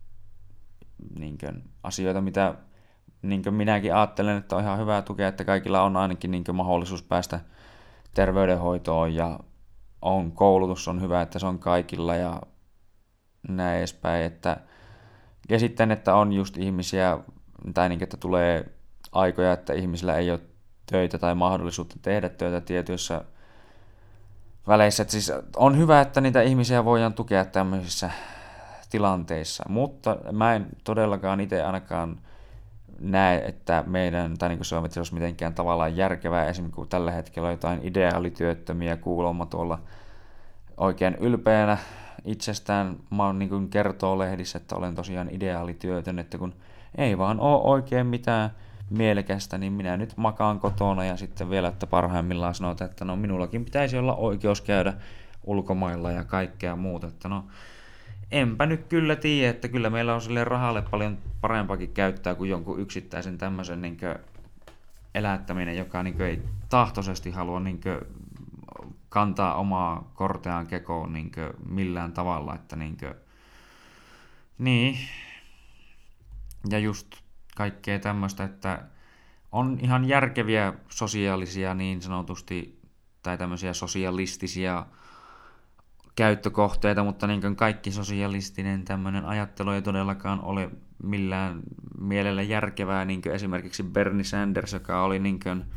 niin kuin, asioita, mitä niin kuin minäkin ajattelen, että on ihan hyvä tukea, että kaikilla on ainakin niin kuin, mahdollisuus päästä terveydenhoitoon ja on koulutus on hyvä, että se on kaikilla ja näin edespäin. Että, ja sitten, että on just ihmisiä, tai niin, että tulee aikoja, että ihmisillä ei ole töitä tai mahdollisuutta tehdä töitä tietyissä väleissä. Että siis on hyvä, että niitä ihmisiä voidaan tukea tämmöisissä tilanteissa, mutta mä en todellakaan itse ainakaan näe, että meidän, tai niin kuin se on, että se olisi mitenkään tavallaan järkevää, esimerkiksi kun tällä hetkellä on jotain ideaalityöttömiä kuulemma tuolla oikein ylpeänä itsestään, mä oon niin kuin kertoo lehdissä, että olen tosiaan ideaalityötön, että kun ei vaan ole oikein mitään mielekästä, niin minä nyt makaan kotona ja sitten vielä, että parhaimmillaan sanotaan, että no minullakin pitäisi olla oikeus käydä ulkomailla ja kaikkea muuta, että no enpä nyt kyllä tiedä, että kyllä meillä on sille rahalle paljon parempakin käyttää kuin jonkun yksittäisen tämmöisen niin kuin elättäminen, joka niin kuin ei tahtoisesti halua niin kuin kantaa omaa korteaan kekoon niin kuin millään tavalla, että niin kuin, niin. Ja just kaikkea tämmöistä, että on ihan järkeviä sosiaalisia niin sanotusti, tai tämmöisiä sosialistisia käyttökohteita, mutta niin kuin kaikki sosialistinen tämmöinen ajattelu ei todellakaan ole millään mielellä järkevää, niin kuin esimerkiksi Bernie Sanders, joka oli niin kuin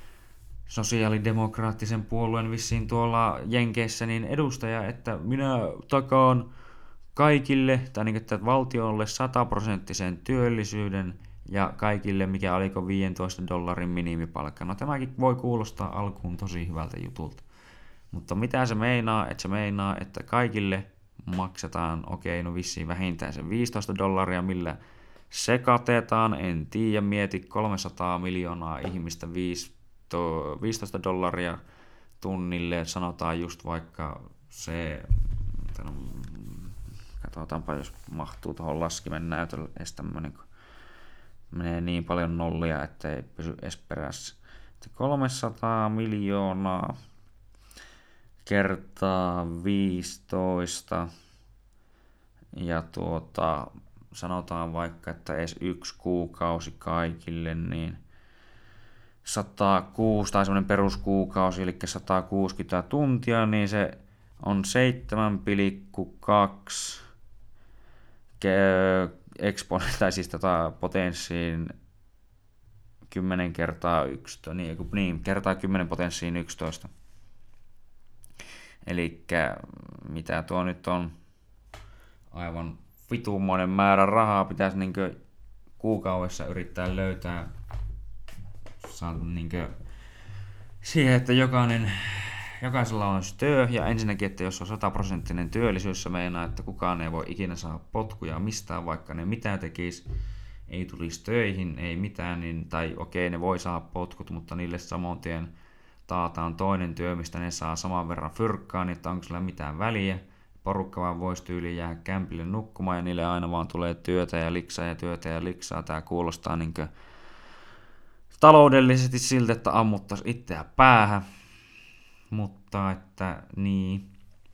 sosiaalidemokraattisen puolueen vissiin tuolla Jenkeissä niin edustaja, että minä takaan kaikille, tai niin kuin, että valtiolle sataprosenttisen työllisyyden ja kaikille, mikä oliko viisitoista dollarin minimipalkka. No tämäkin voi kuulostaa alkuun tosi hyvältä jutulta. Mutta mitä se meinaa? Että se meinaa, että kaikille maksetaan, okei, no vissiin vähintään se viisitoista dollaria, millä se katetaan, en tiedä, mieti kolmesataa miljoonaa ihmistä, viisitoista dollaria tunnille, sanotaan just vaikka se, no, katsotaanpa jos mahtuu tuohon laskimen näytölle edes tämmönen, kun menee niin paljon nollia, että ei pysy edes perässä. kolmesataa miljoonaa kertaa viisitoista ja tuota, sanotaan vaikka, että edes yksi kuukausi kaikille, niin sata kuusi tai semmoinen peruskuukausi, eli sata kuusikymmentä tuntia, niin se on seitsemän pilkku kaksi eksponentti, tai siis tota potenssiin kymmenen kertaa yksitoista, niin, niin kertaa kymmenen potenssiin yksitoista. Elikkä mitä tuo nyt on, aivan vitumoinen määrä rahaa pitäisi niinkö kuukaudessa yrittää löytää niinkö siihen, että jokainen, jokaisella on työ, ja ensinnäkin, että jos on sataprosenttinen työllisyys, se meinaa, että kukaan ei voi ikinä saada potkuja mistään, vaikka ne mitä tekisi, ei tulisi töihin, ei mitään, niin, tai okei, ne voi saada potkut, mutta niille samoin tien taataan toinen työ, mistä ne saa saman verran fyrkkaa, niin että onko sillä mitään väliä. Porukka vaan voisi tyyliin jäädä kämpille nukkumaan ja niille aina vaan tulee työtä ja liksaa ja työtä ja liksaa. Tää kuulostaa niinkö taloudellisesti siltä, että ammuttaisi itseä päähän. Mutta että niin.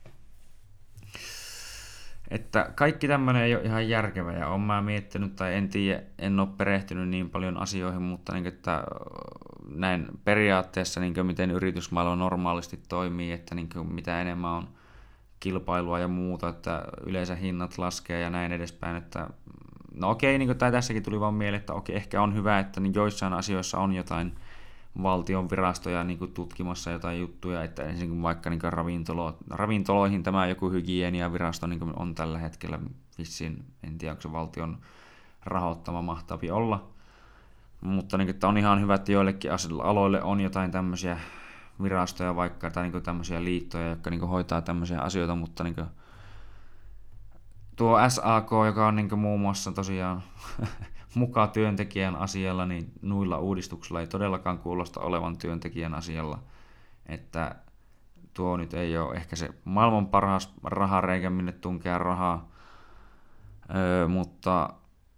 Että kaikki tämmönen ei ole ihan järkevä ja on mä miettinyt tai en tiedä, en ole perehtynyt niin paljon asioihin, mutta niin, että näin periaatteessa niin miten yritysmaailma normaalisti toimii, että niin mitä enemmän on kilpailua ja muuta, että yleensä hinnat laskee ja näin edespäin, että no okei, niin tai tässäkin tuli vaan mieleen, että okei, ehkä on hyvä, että niin joissain asioissa on jotain valtion virastoja niin tutkimassa jotain juttuja, että ensin vaikka niin ravintolo, ravintoloihin tämä joku hygieniavirasto niin on tällä hetkellä vissiin, en tiedä, onko se valtion rahoittama mahtaapi olla, mutta niin, että on ihan hyvä, että joillekin aloille on jotain tämmöisiä virastoja vaikka, tai niin tämmöisiä liittoja, jotka niin hoitaa tämmöisiä asioita, mutta niin tuo S A K, joka on niin muun muassa tosiaan muka työntekijän asialla, niin nuilla uudistuksilla ei todellakaan kuulosta olevan työntekijän asialla. Että tuo nyt ei ole ehkä se maailman paras rahareikä, minne tunkea rahaa, öö, mutta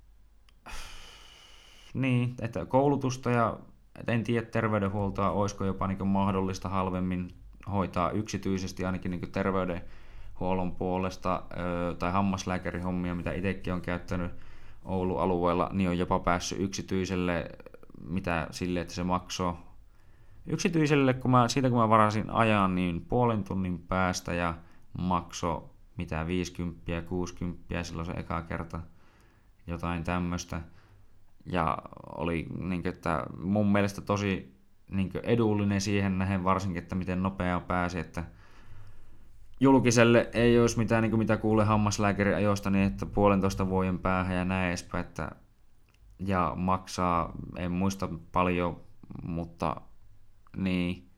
niin, että koulutusta ja en tiedä terveydenhuoltoa, olisiko jopa niin mahdollista halvemmin hoitaa yksityisesti ainakin niin terveydenhuollon puolesta öö, tai hammaslääkärihommia, mitä itsekin on käyttänyt Oulun alueella, niin on jopa päässyt yksityiselle, mitä sille, että se maksoi yksityiselle, kun mä, siitä kun mä varasin ajan, niin puolen tunnin päästä ja makso mitä viisikymmentä, kuusikymmentä silloin se eka kerta, jotain tämmöistä. Ja oli niin kuin, että mun mielestä tosi niin kuin edullinen siihen nähen varsinkin, että miten nopeaa pääsi, että julkiselle ei olisi mitään, niin kuin mitä kuulee hammaslääkärin ajoista, niin että puolentoista vuoden päähän ja näin edespäin, että ja maksaa, en muista paljon, mutta niin,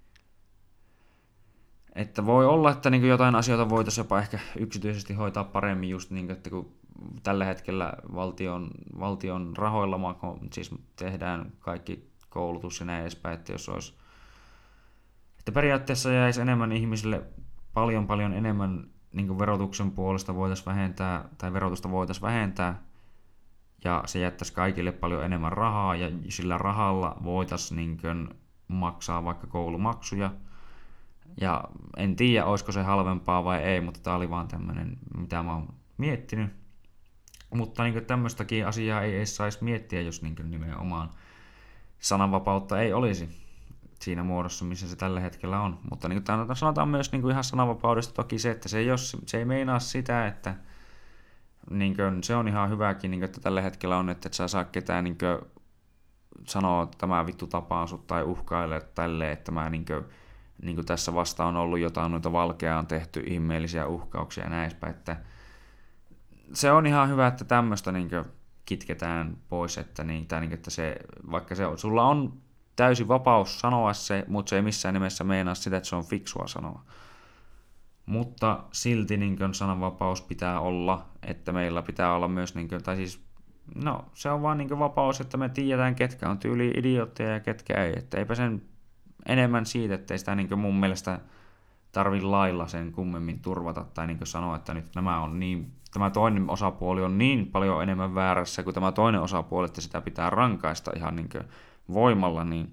että voi olla, että niin jotain asioita voitaisiin jopa ehkä yksityisesti hoitaa paremmin just niin, että kun tällä hetkellä valtion, valtion rahoilla siis tehdään kaikki koulutus ja näin edespäin, että jos olisi, että periaatteessa jäisi enemmän ihmisille paljon paljon enemmän niin verotuksen puolesta voitaisiin vähentää, tai verotusta voitaisiin vähentää, ja se jättäisi kaikille paljon enemmän rahaa, ja sillä rahalla voitaisiin niin maksaa vaikka koulumaksuja, ja en tiedä, olisiko se halvempaa vai ei, mutta tämä oli vaan tämmöinen, mitä mä oon miettinyt. Mutta niin tämmöistäkin asiaa ei edes saisi miettiä, jos niin nimenomaan sananvapautta ei olisi siinä muodossa, missä se tällä hetkellä on. Mutta niin kuin sanotaan myös niin kuin ihan sananvapaudesta toki se, että se ei, ole, se ei meinaa sitä, että niin kuin, se on ihan hyväkin, niin kuin, että tällä hetkellä on, että et sä saa ketään niin kuin, sanoa, että tämä vittu tapaa sut tai uhkaile tälleen, että mä niin kuin, niin kuin tässä vasta on ollut jotain noita valkeaan tehty ihmeellisiä uhkauksia ja näin edespäin, että se on ihan hyvä, että tämmöistä niin kuin, kitketään pois, että, niin, tai, niin, että se, vaikka se on, sulla on täysi vapaus sanoa se, mutta se ei missään nimessä meinaa sitä, että se on fiksua sanoa. Mutta silti niin kuin, sananvapaus pitää olla, että meillä pitää olla myös, niin kuin, tai siis, no se on vaan niin kuin, vapaus, että me tiedetään, ketkä on tyyli idiootteja ja ketkä ei, että eipä sen enemmän siitä, että ei sitä niin kuin, mun mielestä tarvi lailla sen kummemmin turvata tai niin kuin, sanoa, että nyt nämä on niin, tämä toinen osapuoli on niin paljon enemmän väärässä kuin tämä toinen osapuoli, että sitä pitää rankaista ihan niin kuin, voimalla, niin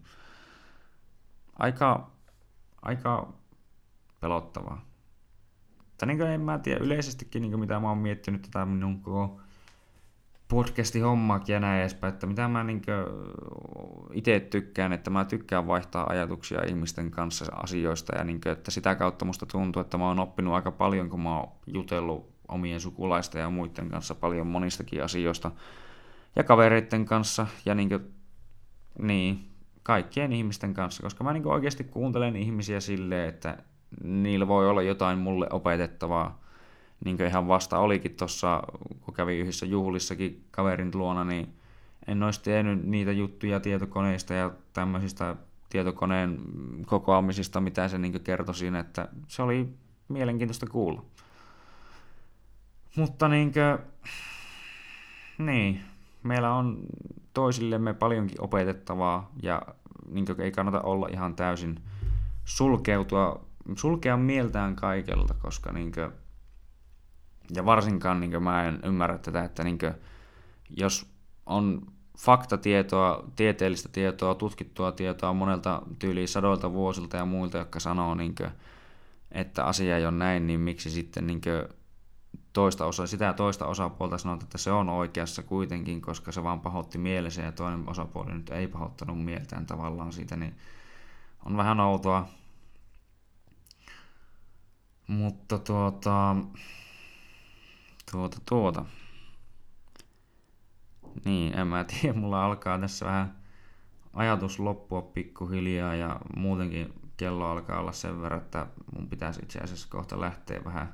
aika, aika pelottavaa. Mutta niin kuin en mä tiedä, yleisestikin niin kuin mitä mä oon miettinyt tätä minun koko podcastin hommaakin ja näin edespäin, että mitä mä niin itse tykkään, että mä tykkään vaihtaa ajatuksia ihmisten kanssa asioista ja niin kuin, että sitä kautta musta tuntuu, että mä oon oppinut aika paljon, kun mä oon jutellut omien sukulaisten ja muiden kanssa paljon monistakin asioista ja kavereiden kanssa ja niin kuin, niin, kaikkien ihmisten kanssa, koska mä niin oikeasti kuuntelen ihmisiä silleen, että niillä voi olla jotain mulle opetettavaa. Niin kuin ihan vasta olikin tuossa, kun kävin yhdessä juhlissakin kaverin luona, niin en olisi tiennyt niitä juttuja tietokoneista ja tämmöisistä tietokoneen kokoamisista, mitä se niin kertoi siinä, että se oli mielenkiintoista kuulla. Mutta niin kuin, niin, meillä on toisillemme paljonkin opetettavaa ja niin kuin, ei kannata olla ihan täysin sulkeutua, sulkea mieltään kaikelta, koska niin kuin, ja varsinkaan niin kuin, mä en ymmärrä tätä, että niin kuin, jos on faktatietoa, tieteellistä tietoa, tutkittua tietoa monelta tyyliin sadoilta vuosilta ja muilta, jotka sanoo, niin kuin, että asia ei ole näin, niin miksi sitten niin kuin, toista osa, sitä toista osapuolta sanotaan, että se on oikeassa kuitenkin, koska se vaan pahoitti mielensä ja toinen osapuoli nyt ei pahoittanut mieltään tavallaan siitä, niin on vähän outoa. Mutta tuota, tuota, tuota. Niin, en mä tiedä, mulla alkaa tässä vähän ajatus loppua pikkuhiljaa ja muutenkin kello alkaa olla sen verran, että mun pitäisi itse asiassa kohta lähteä vähän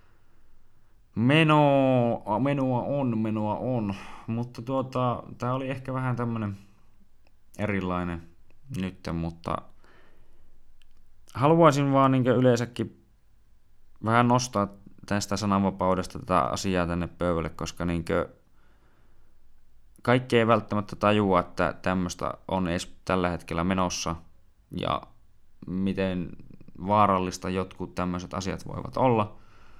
menoa, menoa on, menoa on, mutta tuota, tää oli ehkä vähän tämmönen erilainen nyt, mutta haluaisin vaan niin yleensäkin vähän nostaa tästä sananvapaudesta tätä asiaa tänne pöydälle, koska niin kuin, kaikki ei välttämättä tajua, että tämmöistä on edes tällä hetkellä menossa ja miten vaarallista jotkut tämmöiset asiat voivat olla.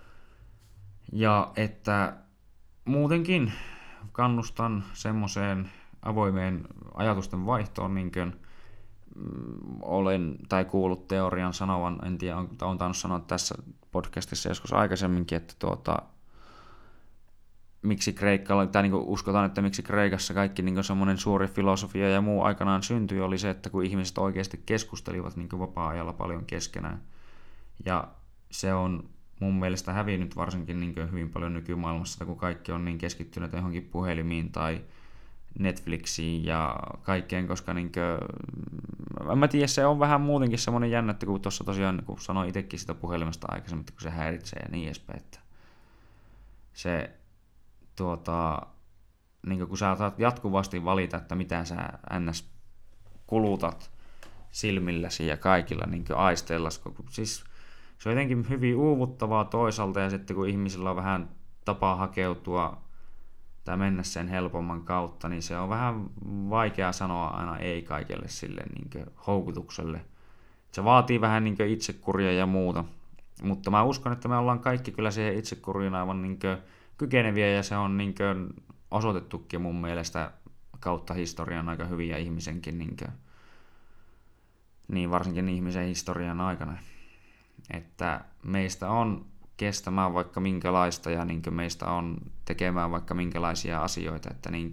Ja että muutenkin kannustan semmoiseen avoimeen ajatusten vaihtoon, niin kuin olen tai kuullut teorian sanovan, en tiedä, on, on tainnut sanoa tässä podcastissa joskus aikaisemminkin, että tuota, miksi Kreikalla, tai niin uskotaan, että miksi Kreikassa kaikki niin semmoinen suuri filosofia ja muu aikanaan syntyi, oli se, että kun ihmiset oikeasti keskustelivat niin vapaa-ajalla paljon keskenään. Ja se on mun mielestä hävinnyt varsinkin niin hyvin paljon nykymaailmassa, kun kaikki on niin keskittynyt johonkin puhelimiin tai Netflixiin ja kaikkeen, koska niin kuin, en mä tiedä, se on vähän muutenkin semmoinen jännä, että kun tuossa tosiaan, kun sanoin itsekin sitä puhelimesta aikaisemmin, kun se häiritsee ja niin edespäin, että se tuota, niin kun sä saat jatkuvasti valita, että mitä sä ns. Kulutat silmilläsi ja kaikilla niin aisteillas, siis se on jotenkin hyvin uuvuttavaa toisaalta, ja sitten kun ihmisillä on vähän tapaa hakeutua tai mennä sen helpomman kautta, niin se on vähän vaikea sanoa aina ei kaikelle sille niin houkutukselle. Se vaatii vähän niin itsekuria ja muuta, mutta mä uskon, että me ollaan kaikki kyllä siihen itsekuriin aivan niin kykeneviä, ja se on niin osoitettukin mun mielestä kautta historian aika hyviä ihmisenkin, niin, kuin, niin varsinkin ihmisen historian aikana. Että meistä on kestämään vaikka minkälaista ja niin meistä on tekemään vaikka minkälaisia asioita, että niin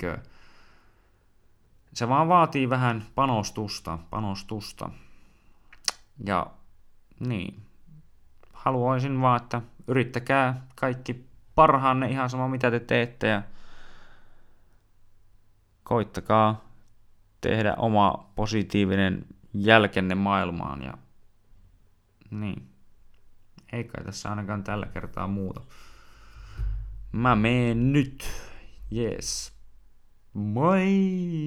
se vaan vaatii vähän panostusta, panostusta. Ja niin, haluaisin vaan, että yrittäkää kaikki parhaanne ihan sama mitä te teette ja koittakaa tehdä oma positiivinen jälkenne maailmaan ja niin. Ei kai tässä ainakaan tällä kertaa muuta. Mä meen nyt. Yes. Moi!